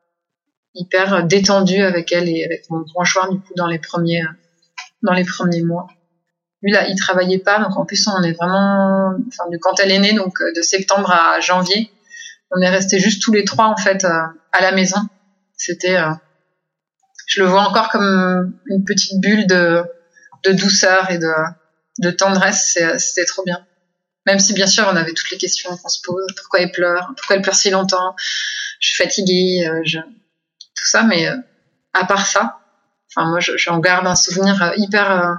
hyper détendu avec elle et avec mon conjoint du coup dans les premiers dans les premiers mois. Lui là, il travaillait pas, donc en plus on est vraiment, enfin, quand elle est née, donc de septembre à janvier, on est restés juste tous les trois en fait euh, à la maison. C'était euh, je le vois encore comme une petite bulle de, de douceur et de, de tendresse. C'est, c'était trop bien. Même si, bien sûr, on avait toutes les questions qu'on se pose. Pourquoi elle pleure? Pourquoi elle pleure si longtemps? Je suis fatiguée, euh, je... tout ça. Mais euh, à part ça, enfin, moi, je, j'en garde un souvenir euh, hyper, euh,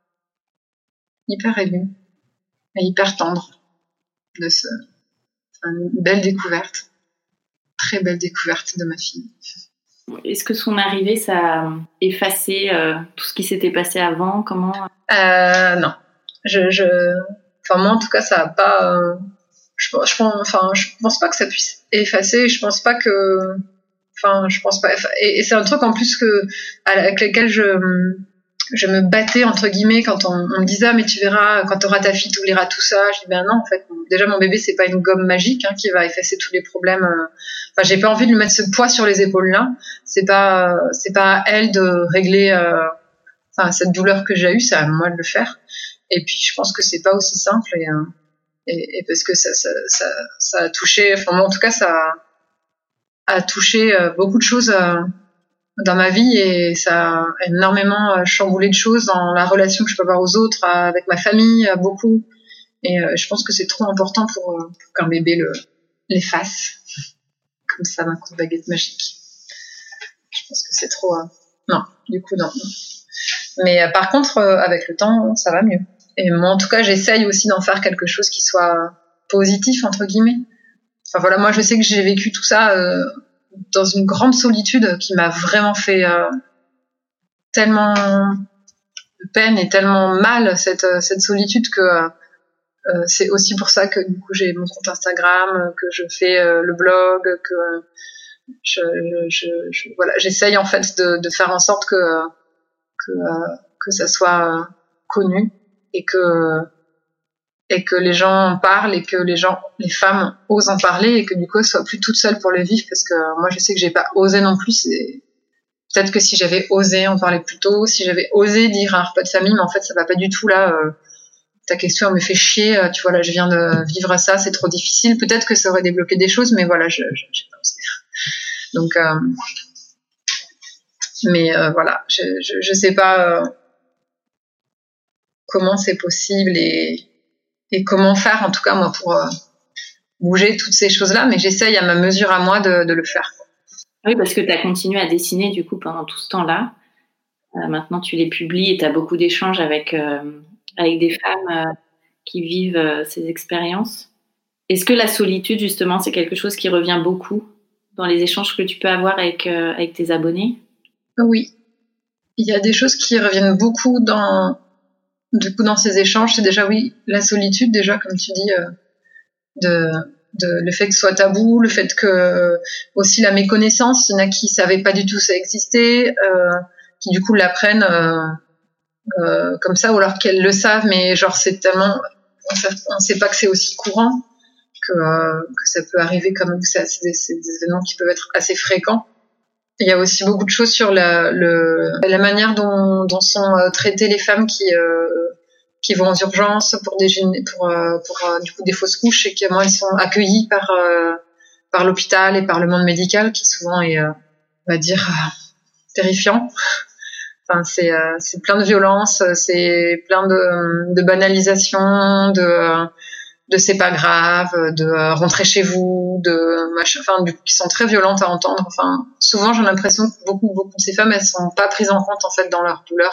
hyper ému et hyper tendre de ce, enfin, une belle découverte. Très belle découverte de ma fille. Est-ce que son arrivée, ça a effacé euh, tout ce qui s'était passé avant? Comment? euh, Non. Je, je... Enfin, moi, en tout cas, ça a pas... Euh... Je, je, enfin, je pense pas que ça puisse effacer. Je pense pas que... Enfin, je pense pas... Et, et c'est un truc, en plus, que, avec lequel je, je me battais, entre guillemets, quand on, on me disait « Ah, mais tu verras, quand tu auras ta fille, tu oublieras tout ça. » Je dis « Ben non, en fait. Déjà, mon bébé, c'est pas une gomme magique hein, qui va effacer tous les problèmes. Enfin, j'ai pas envie de lui mettre ce poids sur les épaules-là. C'est pas, c'est pas à elle de régler euh, enfin, cette douleur que j'ai eue, c'est à moi de le faire. Et puis, je pense que c'est pas aussi simple. Et, et, et parce que ça, ça, ça, ça a touché... Enfin, moi, en tout cas, ça a, a touché beaucoup de choses... Euh, dans ma vie et ça a énormément chamboulé de choses dans la relation que je peux avoir aux autres, avec ma famille, beaucoup. Et euh, je pense que c'est trop important pour, pour qu'un bébé le, l'efface comme ça d'un coup de baguette magique. Je pense que c'est trop... Euh... Non, du coup, non. Mais euh, par contre, euh, avec le temps, ça va mieux. Et moi, en tout cas, j'essaye aussi d'en faire quelque chose qui soit positif, entre guillemets. Enfin voilà, moi, je sais que j'ai vécu tout ça... Euh, dans une grande solitude qui m'a vraiment fait euh, tellement de peine et tellement mal cette, cette solitude que euh, c'est aussi pour ça que du coup j'ai mon compte Instagram, que je fais euh, le blog, que je, je, je, voilà, j'essaye en fait de, de faire en sorte que, que, euh, que ça soit connu et que et que les gens en parlent et que les gens, les femmes osent en parler et que du coup elles soient plus toutes seules pour le vivre parce que moi je sais que j'ai pas osé non plus. C'est peut-être que si j'avais osé en parler plus tôt, si j'avais osé dire un repas de famille, mais en fait ça va pas du tout là. Euh, ta question elle me fait chier, tu vois là je viens de vivre ça, c'est trop difficile. Peut-être que ça aurait débloqué des choses, mais voilà je, je j'ai pas osé. Donc euh, mais euh, voilà, je, je je sais pas euh, comment c'est possible et et comment faire, en tout cas, moi, pour euh, bouger toutes ces choses-là, mais j'essaye à ma mesure à moi de, de le faire. Oui, parce que tu as continué à dessiner, du coup, pendant tout ce temps-là. Euh, maintenant, tu les publies et tu as beaucoup d'échanges avec, euh, avec des femmes euh, qui vivent euh, ces expériences. Est-ce que la solitude, justement, c'est quelque chose qui revient beaucoup dans les échanges que tu peux avoir avec, euh, avec tes abonnés? Oui. Il y a des choses qui reviennent beaucoup dans... Du coup, dans ces échanges, c'est déjà, oui, la solitude, déjà, comme tu dis, euh, de, de, le fait que ce soit tabou, le fait que, euh, aussi la méconnaissance, il y en a qui savaient pas du tout ça existait, euh, qui du coup l'apprennent euh, euh, comme ça, ou alors qu'elles le savent, mais genre c'est tellement, on sait, on sait pas que c'est aussi courant, que, euh, que ça peut arriver quand même, c'est, c'est, des, c'est des événements qui peuvent être assez fréquents. Il y a aussi beaucoup de choses sur la, le, la manière dont, dont sont euh, traitées les femmes qui, euh, qui vont aux urgences pour des, pour, euh, pour euh, du coup des fausses couches et comment elles sont accueillies par, euh, par l'hôpital et par le monde médical qui souvent est, euh, on va dire, euh, terrifiant. Enfin, c'est, euh, c'est plein de violence, c'est plein de, de banalisation, de, de c'est pas grave, de euh, rentrer chez vous, de machin, enfin, du coup, qui sont très violentes à entendre. Enfin, souvent, j'ai l'impression que beaucoup, beaucoup de ces femmes, elles sont pas prises en compte, en fait, dans leur douleur.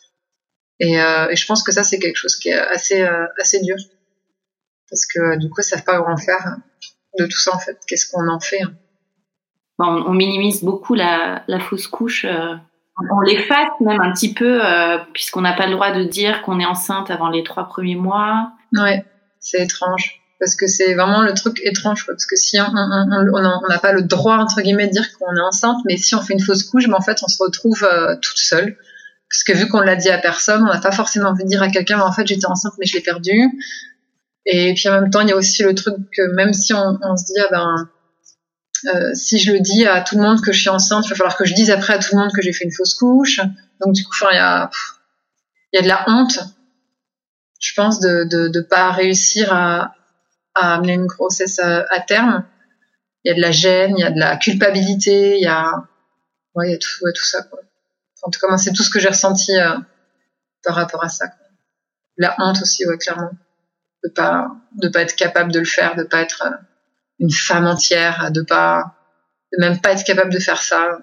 Et, euh, et je pense que ça, c'est quelque chose qui est assez, euh, assez dur. Parce que, du coup, elles savent pas quoi en faire de tout ça, en fait. Qu'est-ce qu'on en fait, hein. Bon, on, on minimise beaucoup la, la fausse couche. Euh, on l'efface même un petit peu, euh, puisqu'on n'a pas le droit de dire qu'on est enceinte avant les trois premiers mois. Ouais, c'est étrange. Parce que c'est vraiment le truc étrange, quoi. Parce que si on on n'a pas le droit, entre guillemets, de dire qu'on est enceinte, mais si on fait une fausse couche, ben en fait, on se retrouve euh, toute seule. Parce que vu qu'on l'a dit à personne, on n'a pas forcément envie de dire à quelqu'un, en fait, j'étais enceinte, mais je l'ai perdue. Et puis en même temps, il y a aussi le truc que même si on, on se dit, ah ben, euh, si je le dis à tout le monde que je suis enceinte, il va falloir que je dise après à tout le monde que j'ai fait une fausse couche. Donc du coup, il y a, il y a de la honte, je pense, de de, de pas réussir à, à amener une grossesse à, à terme. Il y a de la gêne, il y a de la culpabilité, il y a, ouais, il y a tout, ouais, tout ça, quoi. En tout cas, c'est tout ce que j'ai ressenti euh, par rapport à ça, quoi. La honte aussi, ouais, clairement, de pas de pas être capable de le faire, de pas être euh, une femme entière, de pas de même pas être capable de faire ça.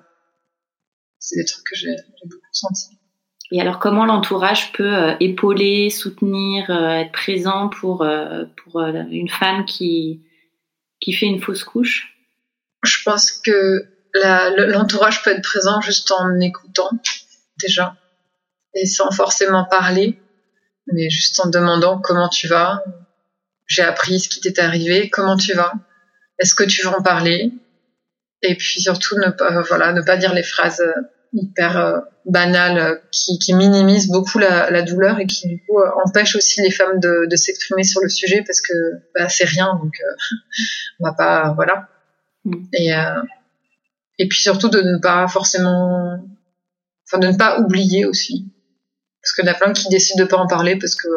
C'est des trucs que j'ai, j'ai beaucoup senti. Et alors, comment l'entourage peut euh, épauler, soutenir, euh, être présent pour euh, pour euh, une femme qui qui fait une fausse couche? Je pense que la, l'entourage peut être présent juste en écoutant déjà et sans forcément parler, mais juste en demandant comment tu vas. J'ai appris ce qui t'est arrivé, comment tu vas? Est-ce que tu veux en parler? Et puis surtout ne pas, euh, voilà, ne pas dire les phrases euh, hyper euh, banales euh, qui, qui minimisent beaucoup la, la douleur et qui du coup euh, empêchent aussi les femmes de, de s'exprimer sur le sujet parce que bah, c'est rien, donc euh, on va pas, voilà. Mm. Et euh, et puis surtout de ne pas forcément, enfin de ne pas oublier aussi, parce qu'il y en a plein qui décident de pas en parler parce que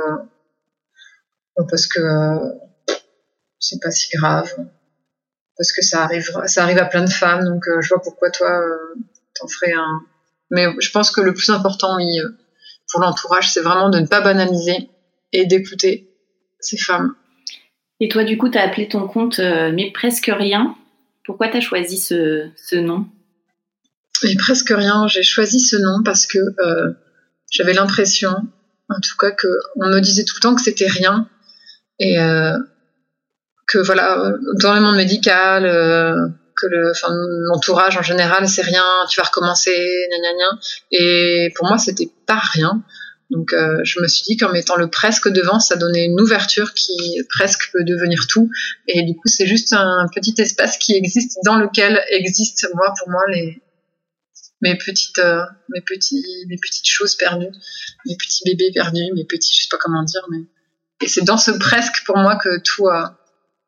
euh, parce que euh, c'est pas si grave. Parce que ça arrive, ça arrive à plein de femmes, donc euh, je vois pourquoi toi euh, t'en ferais un. Mais je pense que le plus important, oui, euh, pour l'entourage, c'est vraiment de ne pas banaliser et d'écouter ces femmes. Et toi, du coup, t'as appelé ton compte euh, Mais presque rien. Pourquoi t'as choisi ce, ce nom? Mais presque rien. J'ai choisi ce nom parce que euh, j'avais l'impression, en tout cas, que on me disait tout le temps que c'était rien et euh, que voilà, dans le monde médical, euh, que le, enfin, l'entourage en général, c'est rien, tu vas recommencer, gna gna gna. Et pour moi, c'était pas rien. Donc, euh, je me suis dit qu'en mettant le presque devant, ça donnait une ouverture qui presque peut devenir tout. Et du coup, c'est juste un petit espace qui existe, dans lequel existent, moi, pour moi, les mes petites, euh, mes petits, mes petites choses perdues, mes petits bébés perdus, mes petits, je sais pas comment dire, mais et c'est dans ce presque pour moi que tout a euh,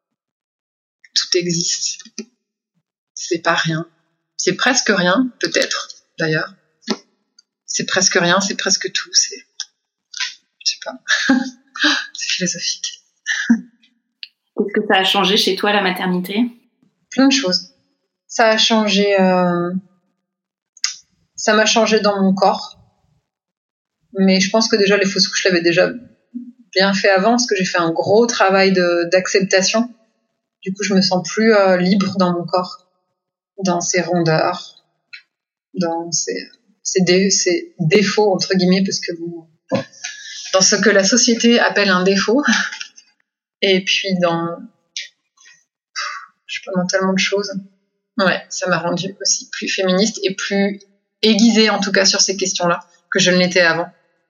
tout existe. C'est pas rien. C'est presque rien, peut-être, d'ailleurs. C'est presque rien, c'est presque tout. C'est, je sais pas. C'est philosophique. Qu'est-ce que ça a changé chez toi, la maternité? Plein de choses. Ça a changé, euh... ça m'a changé dans mon corps. Mais je pense que déjà, les fausses couches, je l'avais déjà bien fait avant, parce que j'ai fait un gros travail de, d'acceptation. Du coup, je me sens plus euh, libre dans mon corps, dans ses rondeurs, dans ses, ses, dé, ses défauts, entre guillemets, parce que bon, dans ce que la société appelle un défaut, et puis dans, je sais pas, dans tellement de choses. Ouais, ça m'a rendue aussi plus féministe et plus aiguisée, en tout cas, sur ces questions-là, que je ne l'étais avant.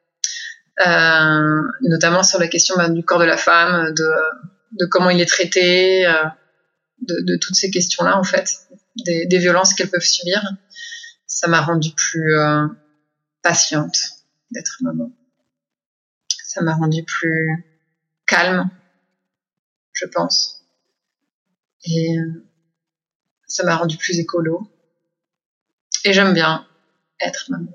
Euh, notamment sur la question bah, du corps de la femme, de, de comment il est traité, euh, de, de toutes ces questions-là, en fait, des, des violences qu'elles peuvent subir. Ça m'a rendue plus euh, patiente d'être maman. Ça m'a rendue plus calme, je pense. Et euh, ça m'a rendue plus écolo. Et j'aime bien être maman.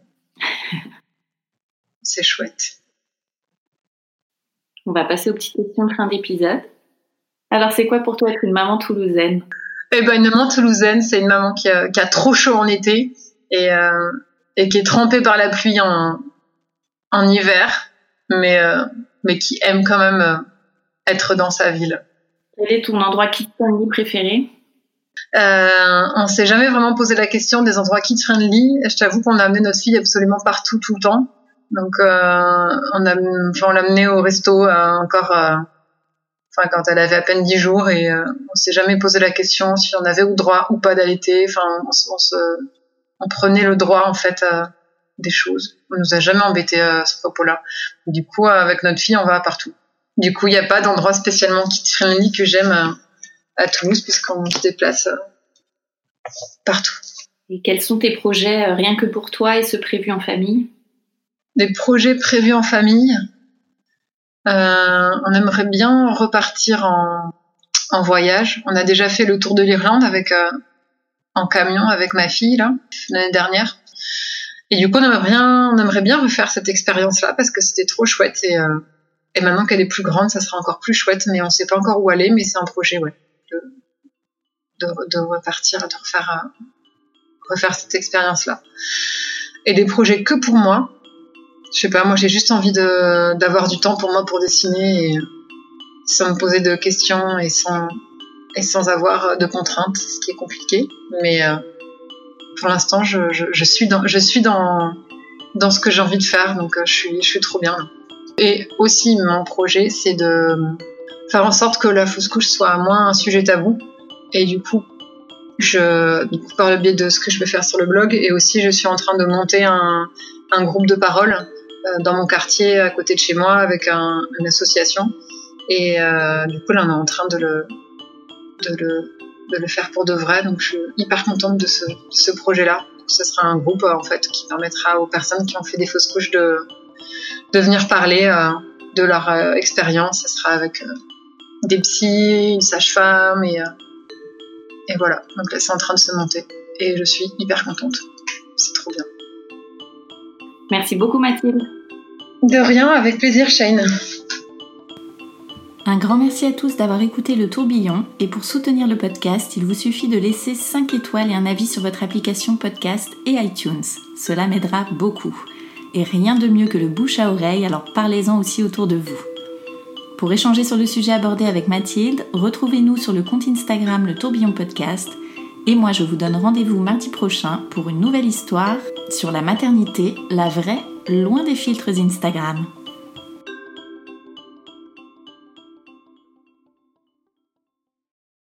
C'est chouette. On va passer aux petites questions de fin d'épisode. Alors, c'est quoi pour toi être une maman toulousaine? Eh ben, une maman toulousaine, c'est une maman qui a, qui a trop chaud en été et, euh, et qui est trempée par la pluie en, en hiver, mais, euh, mais qui aime quand même euh, être dans sa ville. Quel est ton endroit kids-friendly préféré ? Euh, on s'est jamais vraiment posé la question des endroits kids-friendly. Je t'avoue qu'on a amené notre fille absolument partout, tout le temps. Donc, euh, on a, enfin, on l'a amenée au resto euh, encore, euh, enfin, quand elle avait à peine dix jours, et euh, on s'est jamais posé la question si on avait le droit ou pas d'allaiter. Enfin, on, on, se, on prenait le droit en fait euh, des choses. On nous a jamais embêté à ce propos-là. Du coup, avec notre fille, on va partout. Du coup, il n'y a pas d'endroit spécialement kids-friendly que j'aime euh, à Toulouse, puisqu'on se déplace euh, partout. Et quels sont tes projets euh, rien que pour toi et ceux prévus en famille ? Des projets prévus en famille. Euh, on aimerait bien repartir en, en voyage. On a déjà fait le tour de l'Irlande avec euh, en camion avec ma fille là l'année dernière. Et du coup, on aimerait bien, on aimerait bien refaire cette expérience-là parce que c'était trop chouette. Et, euh, et maintenant qu'elle est plus grande, ça sera encore plus chouette. Mais on sait pas encore où aller. Mais c'est un projet, ouais, de, de, de repartir, de refaire, euh, refaire cette expérience-là. Et des projets que pour moi. Je sais pas, moi j'ai juste envie de, d'avoir du temps pour moi pour dessiner et sans me poser de questions et sans, et sans avoir de contraintes, ce qui est compliqué. Mais euh, pour l'instant, je, je, je suis, dans, je suis dans, dans ce que j'ai envie de faire, donc euh, je, suis, je suis trop bien. Là. Et aussi, mon projet, c'est de faire en sorte que la fausse couche soit moins un sujet tabou. Et du coup, je, du coup, par le biais de ce que je vais faire sur le blog, et aussi je suis en train de monter un, un groupe de parole dans mon quartier à côté de chez moi avec un, une association et euh, du coup là on est en train de le, de, le, de le faire pour de vrai, donc je suis hyper contente de ce, de ce projet là. Ce sera un groupe en fait qui permettra aux personnes qui ont fait des fausses couches de, de venir parler euh, de leur euh, expérience. Ça sera avec euh, des psys, une sage-femme et, euh, et voilà, donc là c'est en train de se monter et je suis hyper contente, c'est trop bien. Merci beaucoup Mathilde. De rien, avec plaisir Shane. Un grand merci à tous d'avoir écouté Le Tourbillon et pour soutenir le podcast, il vous suffit de laisser cinq étoiles et un avis sur votre application podcast et iTunes. Cela m'aidera beaucoup. Et rien de mieux que le bouche à oreille, alors parlez-en aussi autour de vous. Pour échanger sur le sujet abordé avec Mathilde, retrouvez-nous sur le compte Instagram Le Tourbillon Podcast. Et moi, je vous donne rendez-vous mardi prochain pour une nouvelle histoire sur la maternité, la vraie, loin des filtres Instagram.